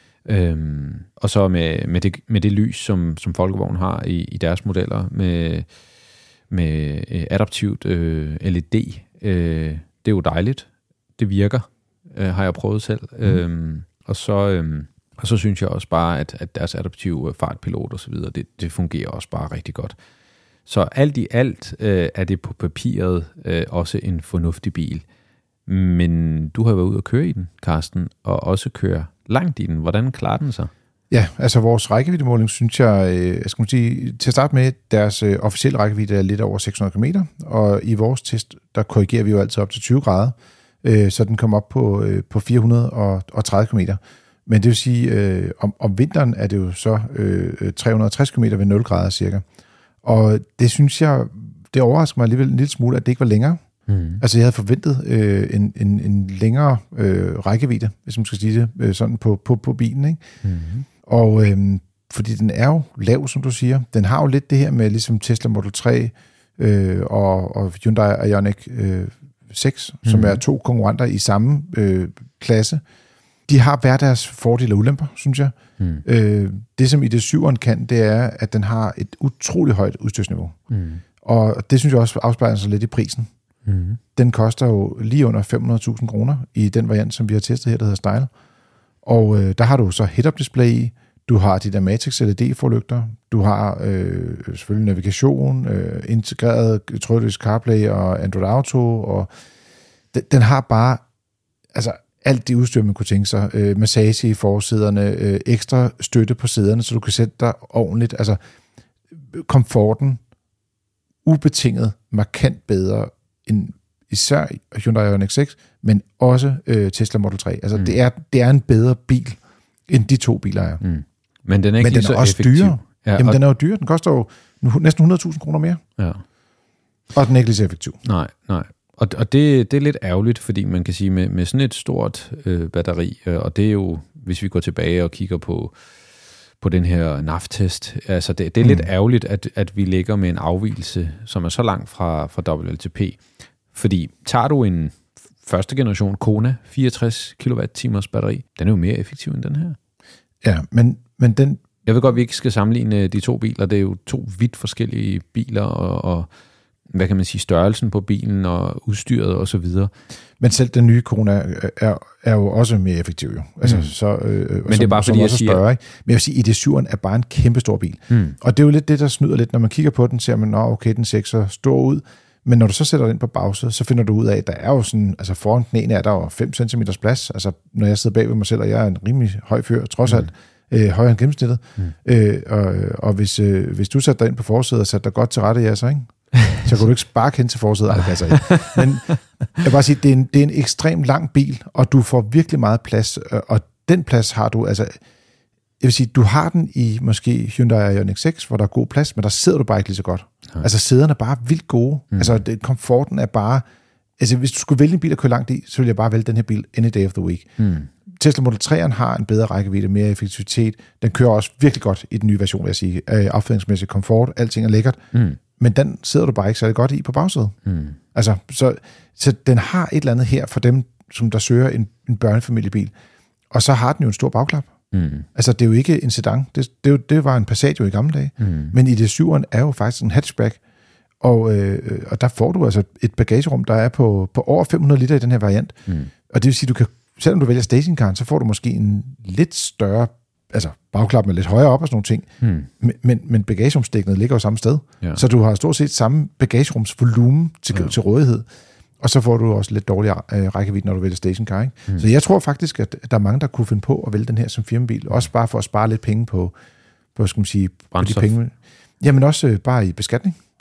Øhm, og så med, med, det, med det lys, som, som Folkevogn har i, i deres modeller, med, med adaptivt øh, L E D. Øh, det er jo dejligt. Det virker, øh, har jeg prøvet selv. Mm. Øhm, og, så, øh, og så synes jeg også bare, at, at deres adaptive fartpilot og så videre, det, det fungerer også bare rigtig godt. Så alt i alt øh, er det på papiret øh, også en fornuftig bil. Men du har været ude at køre i den, Carsten, og også køre langt i den. Hvordan klarer den sig? Ja, altså vores rækkeviddemåling, synes jeg, øh, jeg skal sige, til at starte med, deres øh, officielle rækkevidde er lidt over seks hundrede kilometer, og i vores test, der korrigerer vi jo altid op til tyve grader, øh, så den kommer op på, øh, på fire hundrede og tredive kilometer. Men det vil sige, øh, om, om vinteren er det jo så øh, tre hundrede og tres kilometer ved nul grader cirka. Og det synes jeg, det overrasker mig alligevel en lille smule, at det ikke var længere. Mm. Altså jeg havde forventet øh, en, en, en længere øh, rækkevidde, hvis man skal sige det, øh, sådan på, på, på bilen, ikke? Mm. Og øh, fordi den er jo lav, som du siger. Den har jo lidt det her med ligesom Tesla Model tre øh, og, og Hyundai Ioniq øh, seks, mm. som er to konkurrenter i samme øh, klasse. De har hver deres fordele og ulemper, synes jeg. Mm. Øh, det som I D syv'eren kan, det er, at den har et utroligt højt udstyrsniveau. Mm. Og det synes jeg også afspejler sig lidt i prisen. Mm. Den koster jo lige under fem hundrede tusind kroner i den variant, som vi har testet her, der hedder Style. Og øh, der har du så head-up display i, du har de der Matrix L E D-forlygter, du har øh, selvfølgelig navigation, øh, integreret trådløs CarPlay og Android Auto, og den, den har bare altså alt det udstyr, man kunne tænke sig. Øh, massage i forsæderne, øh, ekstra støtte på sæderne, så du kan sætte dig ordentligt. Altså komforten, ubetinget, markant bedre end især Hyundai Ioniq seks, men også øh, Tesla Model tre. Altså mm. det, er, det er en bedre bil, end de to biler er. Mm. Men den er ikke men lige den så er også effektiv. dyre. Ja, Jamen og... den er jo dyr. Den koster jo næsten hundrede tusind kroner mere. Ja. Og den er ikke lige så effektiv. Nej, nej. Og, og det, det er lidt ærgerligt, fordi man kan sige, med, med sådan et stort øh, batteri, øh, og det er jo, hvis vi går tilbage og kigger på, på den her N A F-test, altså det, det er mm. lidt ærgerligt, at, at vi ligger med en afvigelse, som er så langt fra, fra W L T P. Fordi tager du en første generation Kona, fireogtres kilowatt-timers batteri, den er jo mere effektiv end den her. Ja, men, men den... Jeg ved godt, at vi ikke skal sammenligne de to biler. Det er jo to vidt forskellige biler, og, og hvad kan man sige, størrelsen på bilen og udstyret og så videre. Men selv den nye Kona er, er jo også mere effektiv jo. Altså, mm. så, øh, men det er bare fordi, jeg siger... Større, ikke? Men jeg vil sige, I D syv'eren er bare en kæmpe stor bil. Mm. Og det er jo lidt det, der snyder lidt. Når man kigger på den, ser man, at okay, den ser ikke så stor ud. Men når du så sætter den på bagsædet, så finder du ud af, at der er jo sådan, altså foran knæene er der jo fem centimeter plads. Altså når jeg sidder bag ved mig selv, og jeg er en rimelig høj fyr, trods alt, mm. øh, højere end gennemsnittet. Mm. Øh, og og hvis, øh, hvis du sætter dig ind på forsædet og sætter dig godt til rette, ja, så, ikke? Så kan du ikke sparke hen til forsædet, og det passer ikke. Men jeg vil bare sige, det er, en, det er en ekstremt lang bil, og du får virkelig meget plads, og den plads har du, altså, jeg vil sige, du har den i måske Hyundai Ioniq seks, hvor der er god plads, men der sidder du bare ikke lige så godt. Ja. Altså sæderne er bare vildt gode. Mm. Altså det, komforten er bare, altså hvis du skulle vælge en bil at køre langt i, så ville jeg bare vælge den her bil any day of the week. Mm. Tesla Model tre'eren har en bedre rækkevidde, mere effektivitet. Den kører også virkelig godt i den nye version, vil jeg sige. Affjedringsmæssig komfort, alting er lækkert. Mm. Men den sidder du bare ikke særlig godt i på bagsædet. Mm. Altså, så, så den har et eller andet her for dem, som der søger en, en børnefamiliebil. Og så har den jo en stor bagklap. Mm. Altså, det er jo ikke en sedan. Det, det, jo, det var en Passat jo i gamle dage. Mm. Men I D syv'eren er jo faktisk en hatchback. Og, øh, og der får du altså et bagagerum, der er på, på over fem hundrede liter i den her variant. Mm. Og det vil sige, du kan, selvom du vælger stationcaren, så får du måske en lidt større, altså bagklappen er lidt højere op og sådan nogle ting. Mm. Men, men, men bagagerumsdækket ligger jo samme sted. Ja. Så du har stort set samme bagagerumsvolumen til, ja. til rådighed. Og så får du også lidt dårligere øh, rækkevidde, når du vælger stationcar, ikke? Mm. Så jeg tror faktisk, at der er mange, der kunne finde på at vælge den her som firmabil. Også bare for at spare lidt penge på, på skal man sige, på de penge. Jamen også øh, bare i beskatning.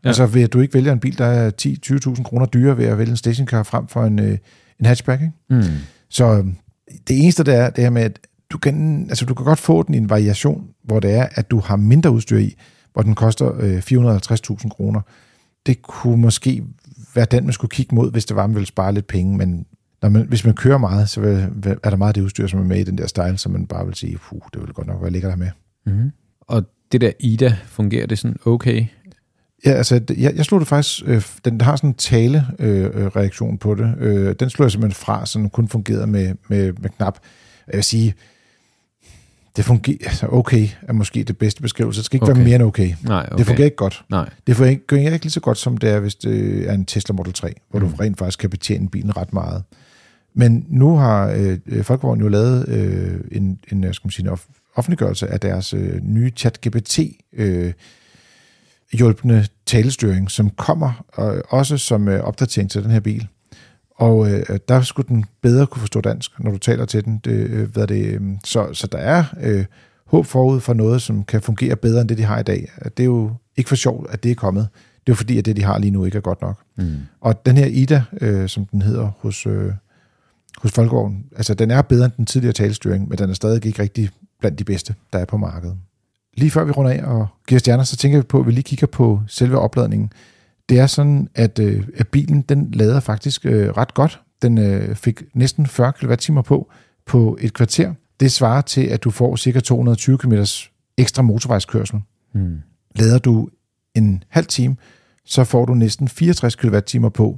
Ja. Altså ved at du ikke vælger en bil, der er ti til tyve tusind kroner dyrere ved at vælge en stationcar frem for en, øh, en hatchback. Ikke? Mm. Så det eneste, der er, det her med, at du kan, altså, du kan godt få den i en variation, hvor det er, at du har mindre udstyr i, hvor den koster øh, fire hundrede og halvtreds tusind kroner. Det kunne måske være den, man skulle kigge mod, hvis det var, man ville spare lidt penge, men når man, hvis man kører meget, så vil, er der meget af det udstyr, som er med i den der style, som man bare vil sige, puh, det ville godt nok være lækkert der med. Mm-hmm. Og det der I D A, fungerer det sådan okay? Ja, altså, jeg, jeg slog det faktisk, øh, den har sådan en tale-reaktion øh, på det. Øh, den slog jeg simpelthen fra, så den kun fungerede med, med, med knap. Jeg vil sige, det fungerer, altså okay er måske det bedste beskrivelse. Det skal ikke okay. være mere end okay. Nej, okay. Det fungerer ikke godt. Nej. Det fungerer ikke lige så godt, som det er, hvis det er en Tesla Model tre, hvor mm. du rent faktisk kan betjene bilen ret meget. Men nu har øh, Folkevogn jo lavet øh, en, en, skal man sige, en offentliggørelse af deres øh, nye ChatGPT øh, hjulpende talestyring, som kommer øh, også som øh, opdatering til den her bil. Og øh, der skulle den bedre kunne forstå dansk, når du taler til den. Det, øh, hvad det, øh, så, så der er øh, håb forud for noget, som kan fungere bedre end det, de har i dag. Det er jo ikke for sjovt, at det er kommet. Det er jo fordi, at det, de har lige nu, ikke er godt nok. Mm. Og den her I D A, øh, som den hedder hos, øh, hos Folkevogn, altså den er bedre end den tidligere talestyring, men den er stadig ikke rigtig blandt de bedste, der er på markedet. Lige før vi runder af og giver stjerner, så tænker vi på, at vi lige kigger på selve opladningen. Det er sådan, at, øh, at bilen den lader faktisk øh, ret godt. Den øh, fik næsten fyrre kilowatt-timer på på et kvarter. Det svarer til, at du får cirka to hundrede og tyve kilometer ekstra motorvejskørsel. Hmm. Lader du en halv time, så får du næsten fireogtres kilowatt-timer på.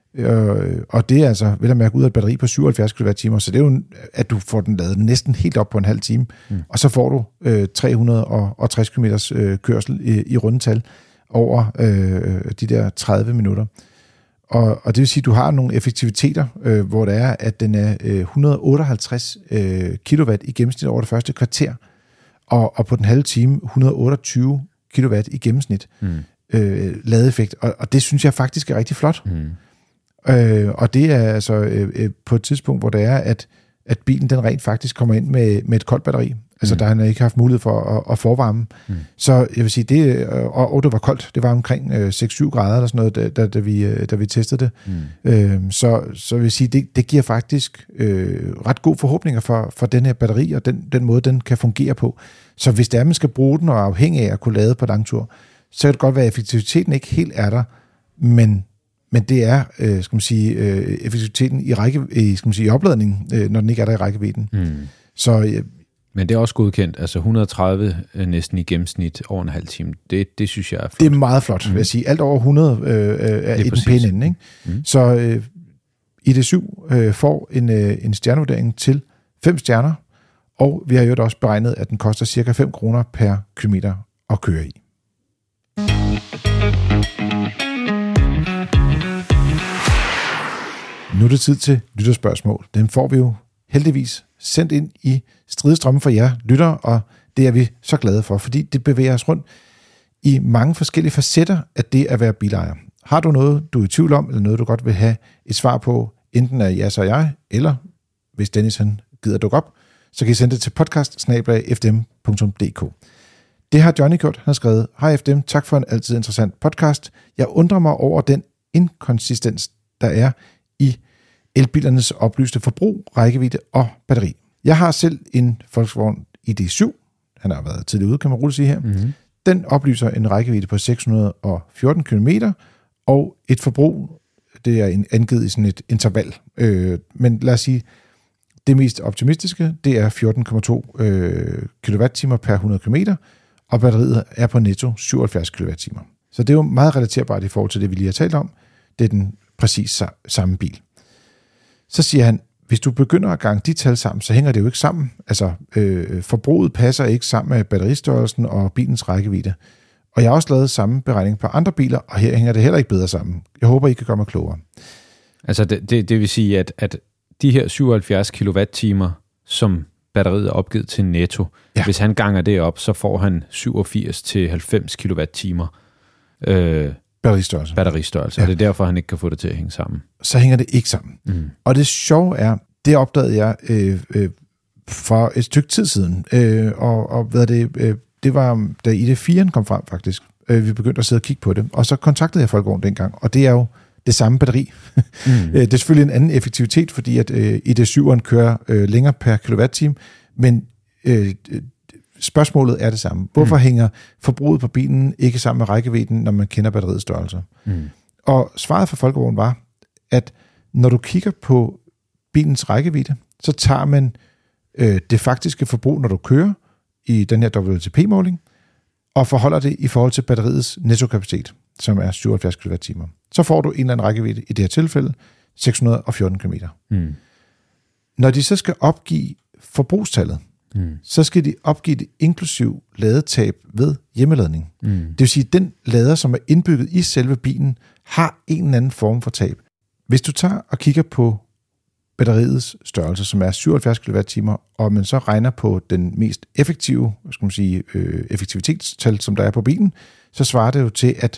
Øh, og det er altså, vel at mærke, ud af et batteri på syvoghalvfjerds kilowatt-timer, så det er jo, at du får den lavet næsten helt op på en halv time. Hmm. Og så får du øh, tre hundrede og tres kilometer øh, kørsel i, i rundetal over øh, de der tredive minutter. Og, og det vil sige, at du har nogle effektiviteter, øh, hvor det er, at den er øh, et hundrede og otteoghalvtreds øh, kilowatt i gennemsnit over det første kvarter, og, og på den halve time et hundrede og otteogtyve kilowatt i gennemsnit mm. øh, ladeeffekt. Og, og det synes jeg faktisk er rigtig flot. Mm. Øh, og det er altså øh, på et tidspunkt, hvor det er, at, at bilen den rent faktisk kommer ind med, med et koldt batteri. Altså, mm. der har han ikke haft mulighed for at, at forvarme. Mm. Så jeg vil sige, det, og, og det var koldt. Det var omkring øh, seks til syv grader eller sådan noget, da, da, da, vi, da vi testede det. Mm. Øh, så, så jeg vil sige, det, det giver faktisk øh, ret gode forhåbninger for, for den her batteri, og den, den måde, den kan fungere på. Så hvis det er, man skal bruge den og er afhængig af at kunne lade på langtur, så kan det godt være, at effektiviteten ikke helt er der, men, men det er, øh, skal man sige, øh, effektiviteten i, række, i, skal man sige, i opladningen, øh, når den ikke er der i rækkevidden. Mm. Så øh, Men det er også godkendt, altså et hundrede og tredive næsten i gennemsnit over en halv time. Det, det synes jeg er flot. Det er meget flot, mm. vil jeg sige. Alt over hundrede øh, er i den pæne ende. Ikke? Mm. Så øh, I D syv øh, får en, øh, en stjernevurdering til fem stjerner, og vi har jo også beregnet, at den koster cirka fem kroner per kilometer at køre i. Nu er det tid til lytterspørgsmål. Den får vi jo heldigvis sendt ind i stridestrømme for jer lytter, og det er vi så glade for, fordi det bevæger os rundt i mange forskellige facetter af det at være bilejer. Har du noget, du er i tvivl om, eller noget, du godt vil have et svar på, enten af jer og jeg, eller hvis Dennis han gider dukke op, så kan I sende det til podcast snabel-a f d m punktum d k. Det har Johnny gjort. Han har skrevet: Hej F D M, tak for en altid interessant podcast. Jeg undrer mig over den inkonsistens, der er i elbilernes oplyste forbrug, rækkevidde og batteri. Jeg har selv en Volkswagen I D syv. Han har været tidligere ude, kan man roligt sige her. Mm-hmm. Den oplyser en rækkevidde på seks hundrede og fjorten kilometer og et forbrug, det er angivet i sådan et interval. Øh, men lad os sige, det mest optimistiske, det er fjorten komma to øh, kilowatt-timer per hundrede kilometer, og batteriet er på netto syvoghalvfjerds kilowatt-timer. Så det er jo meget relaterbart i forhold til det, vi lige har talt om. Det er den præcis samme bil. Så siger han, hvis du begynder at gange de tal sammen, så hænger det jo ikke sammen. Altså, øh, forbruget passer ikke sammen med batteristørrelsen og bilens rækkevidde. Og jeg har også lavet samme beregning på andre biler, og her hænger det heller ikke bedre sammen. Jeg håber, I kan gøre mig klogere. Altså, det, det, det vil sige, at, at de her syvoghalvfjerds kilowatt-timer, som batteriet er opgivet til netto, ja. Hvis han ganger det op, så får han syvogfirs til halvfems kilowatt-timer øh, batteristørrelse. batteristørrelse. Ja. Og det er derfor, han ikke kan få det til at hænge sammen. Så hænger det ikke sammen. Mm. Og det sjove er, det opdagede jeg øh, øh, for et stykke tid siden, øh, og, og hvad det, øh, det var, da I D fire kom frem faktisk, øh, vi begyndte at sidde og kigge på det. Og så kontaktede jeg Folkevogn dengang, og det er jo det samme batteri. Mm. Det er selvfølgelig en anden effektivitet, fordi at øh, I D syveren kører øh, længere per kilowatt-time, men øh, spørgsmålet er det samme. Hvorfor mm. hænger forbruget på bilen ikke sammen med rækkevidden, når man kender batteriets størrelse? Mm. Og svaret fra Folkevogn var, at når du kigger på bilens rækkevidde, så tager man øh, det faktiske forbrug, når du kører i den her W L T P-måling, og forholder det i forhold til batteriets nettokapacitet, som er syvoghalvfjerds kilowatt-timer. Så får du en eller anden rækkevidde, i det her tilfælde seks hundrede og fjorten kilometer. Mm. Når de så skal opgive forbrugstallet, mm. så skal de opgive det inklusiv ladetab ved hjemmeladning. Mm. Det vil sige, at den lader, som er indbygget i selve bilen, har en eller anden form for tab. Hvis du tager og kigger på batteriets størrelse, som er syvoghalvfjerds kilowatt-timer, og man så regner på den mest effektive, skal man sige, øh, effektivitetstal, som der er på bilen, så svarer det jo til, at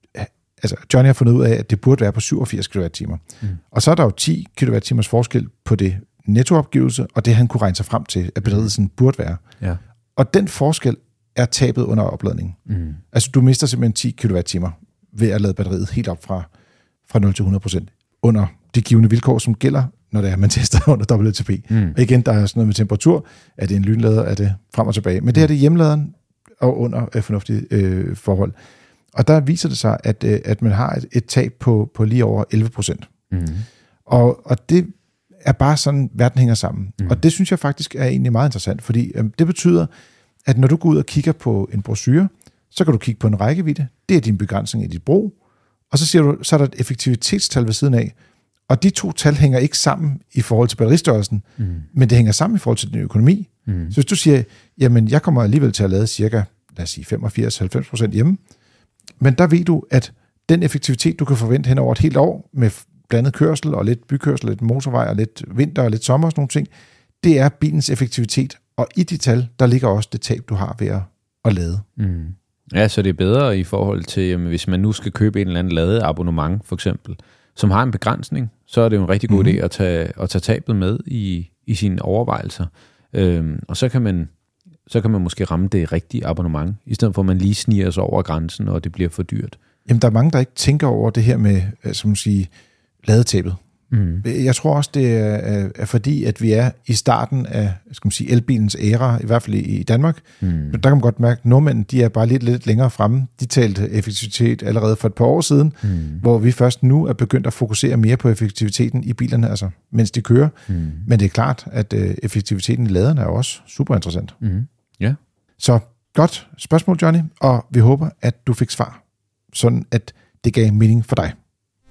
altså Johnny har fundet ud af, at det burde være på syvogfirs kilowatt-timer. Mm. Og så er der jo ti kilowatt-timers forskel på det nettoopgivelse, og det han kunne regne sig frem til, at batteriet sådan burde være. Ja. Og den forskel er tabet under opladningen. Mm. Altså du mister simpelthen ti kilowatt-timer ved at lade batteriet helt op fra, fra nul til hundrede procent under de givende vilkår, som gælder, når det er, man tester under W L T P. Mm. Og igen, der er sådan noget med temperatur. Er det en lynlader? Er det frem og tilbage? Men mm. det her det er hjemladeren og under øh, fornuftige øh, forhold. Og der viser det sig, at, øh, at man har et, et tab på, på lige over elleve procent. Mm. Og, og det er bare sådan, verden hænger sammen. Mm. Og det synes jeg faktisk er egentlig meget interessant, fordi øh, det betyder, at når du går ud og kigger på en brochure, så kan du kigge på en rækkevidde. Det er din begrænsning i dit brug. Og så siger du, så er der et effektivitetstal ved siden af. Og de to tal hænger ikke sammen i forhold til batteristørrelsen, mm. men det hænger sammen i forhold til din økonomi. Mm. Så hvis du siger, jamen jeg kommer alligevel til at lade cirka, lad os sige femogfirs til halvfems procent hjemme, men der ved du, at den effektivitet, du kan forvente hen over et helt år, med blandet kørsel og lidt bykørsel, lidt motorvej og lidt vinter og lidt sommer og sådan nogle ting, det er bilens effektivitet. Og i de tal, der ligger også det tab, du har ved at, at lade. Mm. Ja, så det er bedre i forhold til, jamen, hvis man nu skal købe en eller anden ladeabonnement, for eksempel, som har en begrænsning, så er det jo en rigtig god mm. idé at tage, at tage tabet med i, i sine overvejelser. Øhm, og så kan, man, så kan man måske ramme det rigtige abonnement, i stedet for at man lige sniger sig over grænsen, og det bliver for dyrt. Jamen, der er mange, der ikke tænker over det her med, som man siger, ladetabet. Mm. Jeg tror også, det er, er fordi, at vi er i starten af, skal man sige, elbilens æra, i hvert fald i Danmark. Mm. Der kan man godt mærke, at nordmænd, de er bare lidt, lidt længere fremme. De talte effektivitet allerede for et par år siden, mm. hvor vi først nu er begyndt at fokusere mere på effektiviteten i bilerne, altså mens de kører. Mm. Men det er klart, at øh, effektiviteten i laderne er også super interessant. Mm. Yeah. Så godt spørgsmål, Johnny, og vi håber, at du fik svar, sådan at det gav mening for dig.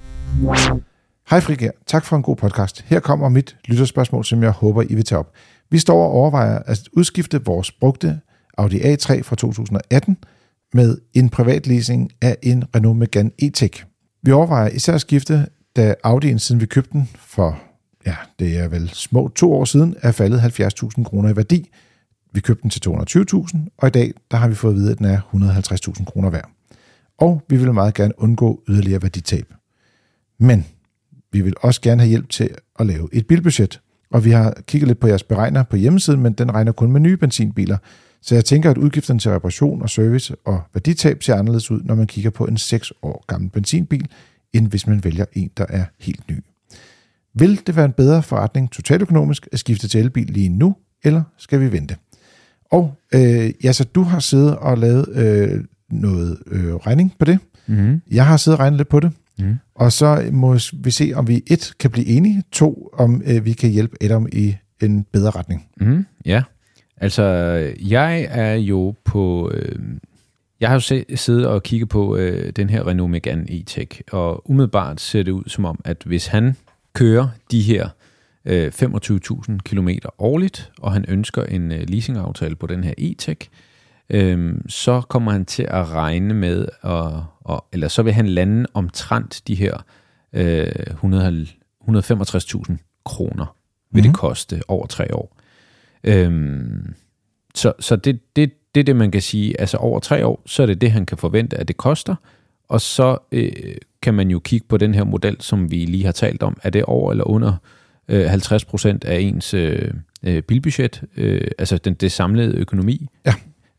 Hej Frigær, tak for en god podcast. Her kommer mit lytterspørgsmål, som jeg håber, I vil tage op. Vi står og overvejer at udskifte vores brugte Audi A tre fra to tusind og atten med en privat leasing af en Renault Megane E-Tech. Vi overvejer især at skifte, da Audi'en, siden vi købte den for, ja, det er vel små to år siden, er faldet halvfjerds tusind kroner i værdi. Vi købte den til to hundrede og tyve tusind, og i dag der har vi fået at vide, at den er et hundrede og halvtreds tusind kroner værd. Og vi vil meget gerne undgå yderligere værditab. Men vi vil også gerne have hjælp til at lave et bilbudget, og vi har kigget lidt på jeres beregner på hjemmesiden, men den regner kun med nye benzinbiler. Så jeg tænker, at udgifterne til reparation og service og værditab ser anderledes ud, når man kigger på en seks år gammel benzinbil, end hvis man vælger en, der er helt ny. Vil det være en bedre forretning totaløkonomisk at skifte til elbil lige nu, eller skal vi vente? Og øh, ja, så du har siddet og lavet øh, noget øh, regning på det. Mm-hmm. Jeg har siddet og regnet lidt på det. Mm. Og så må vi se, om vi et kan blive enige, to, om øh, vi kan hjælpe Adam i en bedre retning. Mm, ja, altså jeg er jo på, øh, jeg har jo se, siddet og kigget på øh, den her Renault Megane E-Tech, og umiddelbart ser det ud som om, at hvis han kører de her øh, femogtyve tusind kilometer årligt, og han ønsker en øh, leasingaftale på den her E-Tech, Øhm, så kommer han til at regne med, og, og, eller så vil han lande omtrent de her øh, hundrede og femogtres tusind kroner, vil mm-hmm. det koste over tre år. Øhm, så så det, det, det er det, man kan sige. Altså over tre år, så er det det, han kan forvente, at det koster. Og så øh, kan man jo kigge på den her model, som vi lige har talt om. Er det over eller under øh, halvtreds procent af ens øh, bilbudget? Øh, altså den, det samlede økonomi? Ja.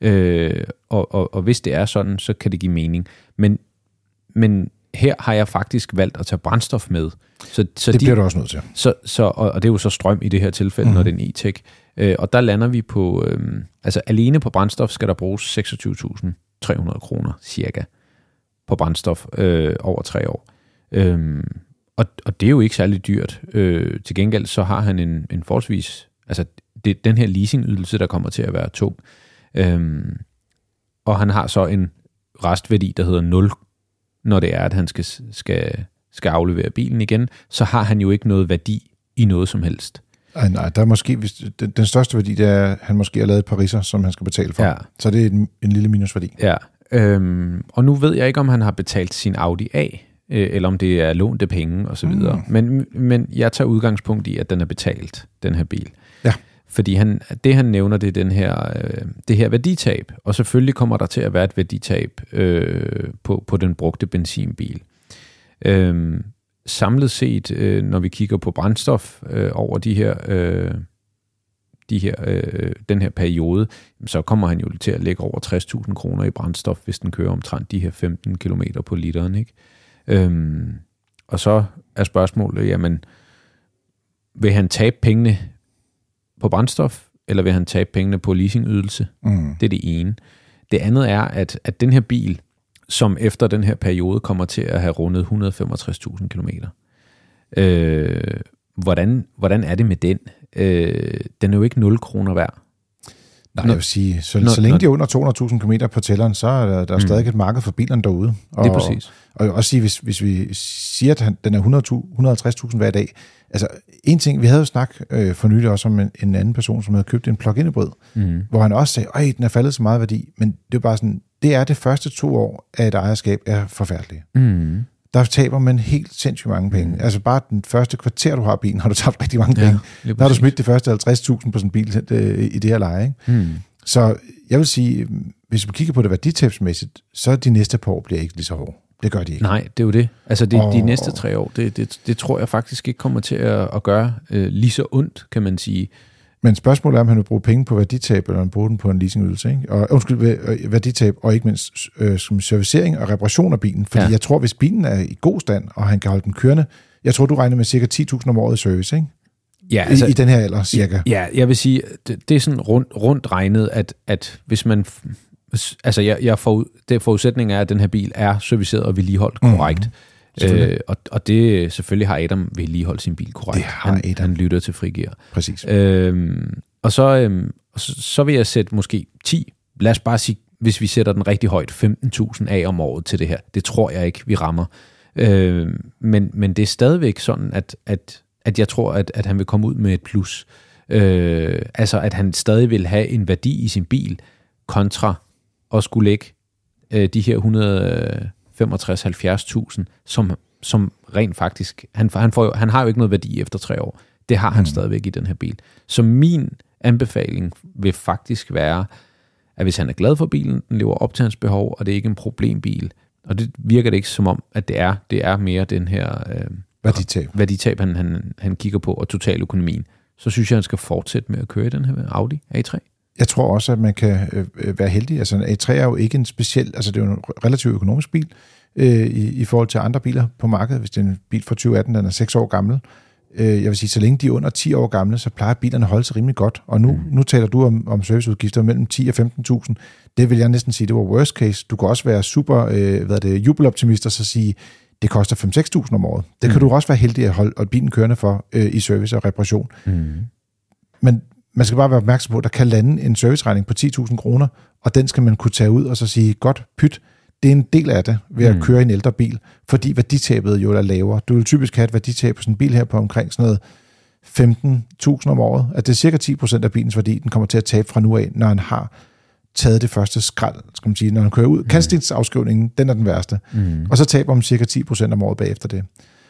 Øh, og, og, og hvis det er sådan, så kan det give mening. Men, men her har jeg faktisk valgt at tage brændstof med. Så, så det de, bliver du også nødt til. Så, så, og, og det er jo så strøm i det her tilfælde, mm. når det er en e-tech. Øh, og der lander vi på, øh, altså alene på brændstof skal der bruges seksogtyve tusind tre hundrede kroner cirka på brændstof øh, over tre år. Øh, og, og det er jo ikke særlig dyrt. Øh, til gengæld så har han en, en forholdsvis, altså det, den her leasingydelse, der kommer til at være tung. Øh, og han har så en restværdi, der hedder nul, når det er, at han skal, skal, skal aflevere bilen igen, så har han jo ikke noget værdi i noget som helst. Ej, nej, der er måske, hvis, den, den største værdi, det er, at han måske har lavet et pariser, som han skal betale for. Ja. Så det er en, en lille minusværdi. Ja, øhm, og nu ved jeg ikke, om han har betalt sin Audi af, øh, eller om det er lånte penge osv. Mm. Men, men jeg tager udgangspunkt i, at den er betalt, den her bil. Ja. Fordi han, det, han nævner, det er den her, øh, det her værditab. Og selvfølgelig kommer der til at være et værditab øh, på, på den brugte benzinbil. Øh, samlet set, øh, når vi kigger på brændstof øh, over de her, øh, de her, øh, den her periode, så kommer han jo til at lægge over tres tusind kroner i brændstof, hvis den kører omtrent de her femten kilometer på literen. Ikke? Øh, og så er spørgsmålet, jamen, vil han tabe pengene på brændstof, eller vil han tabe pengene på leasingydelse? Mm. Det er det ene. Det andet er, at, at den her bil, som efter den her periode kommer til at have rundet et hundrede og femogtres tusind kilometer, øh, hvordan, hvordan er det med den? Øh, den er jo ikke nul kroner værd. Nej, jeg vil sige, så, når, så længe når, de er under to hundrede tusind kilometer på tælleren, så er der, der er mm. stadig et marked for bilerne derude. Og, det er præcis. Og, og også sige, hvis, hvis vi siger, at den er hundrede og halvtreds tusind hver dag, altså en ting, vi havde jo snak øh, for nylig også om en, en anden person, som havde købt en plug-in hybrid, mm. hvor han også sagde, at den er faldet så meget værdi, men det er bare sådan, det er det første to år af et ejerskab er forfærdeligt. Mm. Der taber man helt sindssygt mange penge. Mm. Altså bare den første kvarter, du har bilen, har du tabt rigtig mange penge. Ja, der har du smidt de første halvtreds tusind på sådan en bil øh, i det her leje. Ikke? Mm. Så jeg vil sige, hvis vi kigger på det værditabsmæssigt, så de næste par år bliver ikke lige så hårde. Det gør de ikke. Nej, det er jo det. Altså de, og, de næste tre år, det, det, det tror jeg faktisk ikke kommer til at, at gøre øh, lige så ondt, kan man sige. Men spørgsmålet er, om han vil bruge penge på værditab, eller han bruger den på en leasingydelse. Ikke? Og, undskyld, værditab, og ikke mindst øh, som servicering og reparation af bilen. Fordi ja. jeg tror, hvis bilen er i god stand, og han kan holde den kørende, jeg tror, du regner med cirka ti tusind om året i service, ikke? Ja, altså, I, I den her alder, cirka. Ja, jeg vil sige, det, det er sådan rundt, rundt regnet, at, at hvis man... Altså, jeg, jeg forud, det forudsætning er, at den her bil er serviceret og vedligeholdt korrekt. Mm, øh, og, og det selvfølgelig har Adam vedligeholdt sin bil korrekt. Det har han, Adam. Han lytter til Frigir. Præcis. Øhm, og så, øhm, så, så vil jeg sætte måske ti, lad os bare sige, hvis vi sætter den rigtig højt, femten tusind af om året til det her. Det tror jeg ikke, vi rammer. Øhm, men, men det er stadigvæk sådan, at, at, at jeg tror, at, at han vil komme ud med et plus. Øh, altså, at han stadig vil have en værdi i sin bil, kontra og skulle lægge øh, de her et hundrede og femogtres til halvfjerds tusind, som, som rent faktisk, han, han, får jo, han har jo ikke noget værdi efter tre år. Det har han mm. stadigvæk i den her bil. Så min anbefaling vil faktisk være, at hvis han er glad for bilen, den lever op til hans behov, og det er ikke en problembil, og det virker det ikke som om, at det er, det er mere den her øh, værditab, værditab han, han, han kigger på, og totaløkonomien, så synes jeg, han skal fortsætte med at køre i den her Audi A tre. Jeg tror også, at man kan øh, være heldig. Altså, en A tre er jo ikke en speciel, altså det er jo en relativt økonomisk bil øh, i, i forhold til andre biler på markedet. Hvis det er en bil fra tyve atten, den er seks år gammel. Øh, jeg vil sige, så længe de er under ti år gamle, så plejer bilerne at holde sig rimelig godt. Og nu, mm. nu taler du om, om serviceudgifter mellem ti og femten tusind. Det vil jeg næsten sige, det var worst case. Du kan også være super øh, hvad er det, jubeloptimist og så sige, det koster fem til seks tusind om året. Det mm. kan du også være heldig at holde bilen kørende for øh, i service og reparation. Mm. Men man skal bare være opmærksom på, at der kan lande en serviceregning på ti tusind kroner, og den skal man kunne tage ud og så sige, godt, pyt, det er en del af det ved at mm. køre i en ældre bil, fordi værditabet jo er lavere. Du vil typisk have et værditab på sådan en bil her på omkring sådan noget femten tusind om året, at det er cirka ti procent af bilens værdi, den kommer til at tabe fra nu af, når han har taget det første skrald, skal man sige, når han kører ud. Mm. Kantstensafskrivningen, den er den værste. Mm. Og så taber man cirka ti procent om året bagefter det.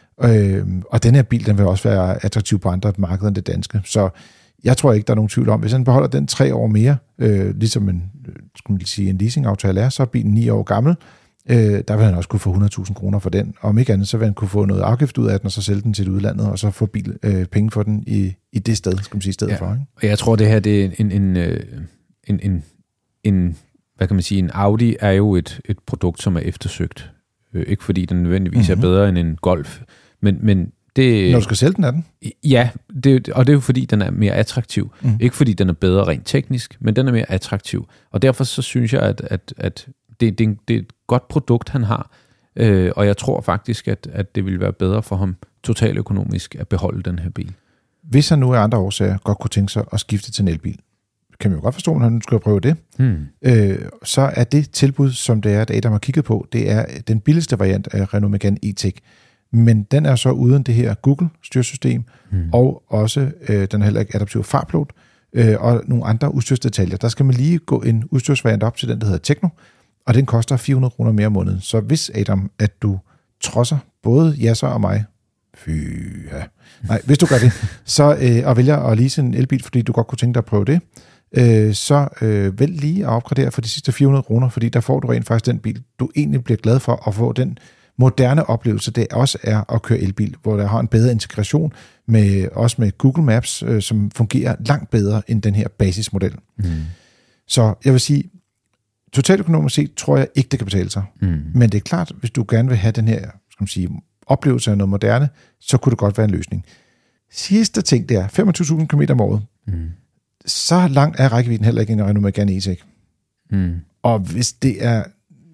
Øh, og den her bil, den vil også være attraktiv på andre markeder end det danske. Så jeg tror ikke, der er nogen tvivl om, hvis han beholder den tre år mere, øh, ligesom en, skal man sige, en leasingaftale er, så er bilen ni år gammel, øh, der vil han også kunne få hundrede tusind kroner for den. Og om ikke andet, så vil han kunne få noget afgift ud af den, og så sælge den til udlandet, og så få bil, øh, penge for den i, i det sted, skal man sige, i stedet ja. for. Ikke? Og jeg tror, det her det er en, en, en, en, en, hvad kan man sige, en Audi er jo et, et produkt, som er eftersøgt. Øh, ikke fordi den nødvendigvis mm-hmm. er bedre end en Golf, men, men det... Når du skal sælge den, er den? Ja, det, og det er jo fordi, den er mere attraktiv. Mm. Ikke fordi den er bedre rent teknisk, men den er mere attraktiv. Og derfor så synes jeg, at, at, at det, det, det er et godt produkt, han har. Øh, og jeg tror faktisk, at, at det ville være bedre for ham totaløkonomisk at beholde den her bil. Hvis han nu af andre årsager godt kunne tænke sig at skifte til en elbil, kan man jo godt forstå, når han skal prøve det, hmm. øh, så er det tilbud, som det er, at Adam har kigget på, det er den billigste variant af Renault Megane E-Tech. Men den er så uden det her Google-styrsystem, hmm. og også, øh, den er heller ikke adaptiv fartpilot, øh, og nogle andre udstyrsdetaljer. Der skal man lige gå en udstyrsvariant op til den, der hedder Tekno, og den koster fire hundrede kroner mere om måneden. Så hvis, Adam, at du trodser både Yasser og mig, fy ja. Nej, hvis du gør det, så, øh, og vælger at lease en elbil, fordi du godt kunne tænke dig at prøve det, øh, så øh, vælg lige at opgradere for de sidste fire hundrede kroner, fordi der får du rent faktisk den bil, du egentlig bliver glad for at få den moderne oplevelse, det også er at køre elbil, hvor der har en bedre integration, med, også med Google Maps, øh, som fungerer langt bedre end den her basismodel. Mm. Så jeg vil sige, totaløkonomisk set tror jeg ikke, det kan betale sig. Mm. Men det er klart, hvis du gerne vil have den her, skal man sige, oplevelse af noget moderne, så kunne det godt være en løsning. Sidste ting, det er femogtyve tusind kilometer om året. Mm. Så langt er rækkevidden heller ikke en Renault Megane E-Tech. Mm. Og hvis det er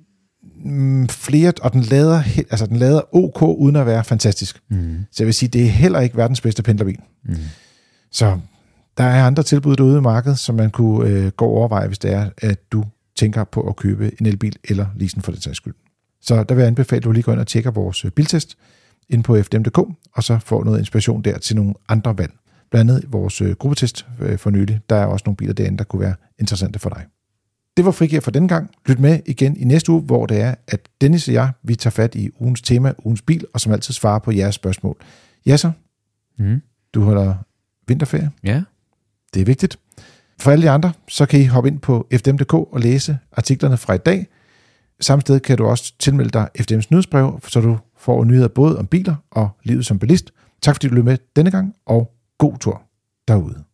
mm, flere, og den lader, altså den lader OK uden at være fantastisk. Mm. Så jeg vil sige, det er heller ikke verdens bedste pendlerbil. Mm. Så der er andre tilbud derude i markedet, som man kunne øh, gå og overveje, hvis det er, at du tænker på at købe en elbil eller leasen for den sags skyld. Så der vil jeg anbefale, at du lige går ind og tjekker vores biltest inde på f d m punktum d k, og så får noget inspiration der til nogle andre valg. Blandt andet vores gruppetest for nylig. Der er også nogle biler derinde, der kunne være interessante for dig. Det var Frigir for denne gang. Lyt med igen i næste uge, hvor det er, at Dennis og jeg, vi tager fat i ugens tema, ugens bil, og som altid svarer på jeres spørgsmål. Yasser, mm. du holder vinterferie. Ja. Det er vigtigt. For alle de andre, så kan I hoppe ind på f d m punktum d k og læse artiklerne fra i dag. Samme sted kan du også tilmelde dig F D M's nyhedsbrev, så du får nyheder både om biler og livet som bilist. Tak fordi du løb med denne gang, og god tur derude.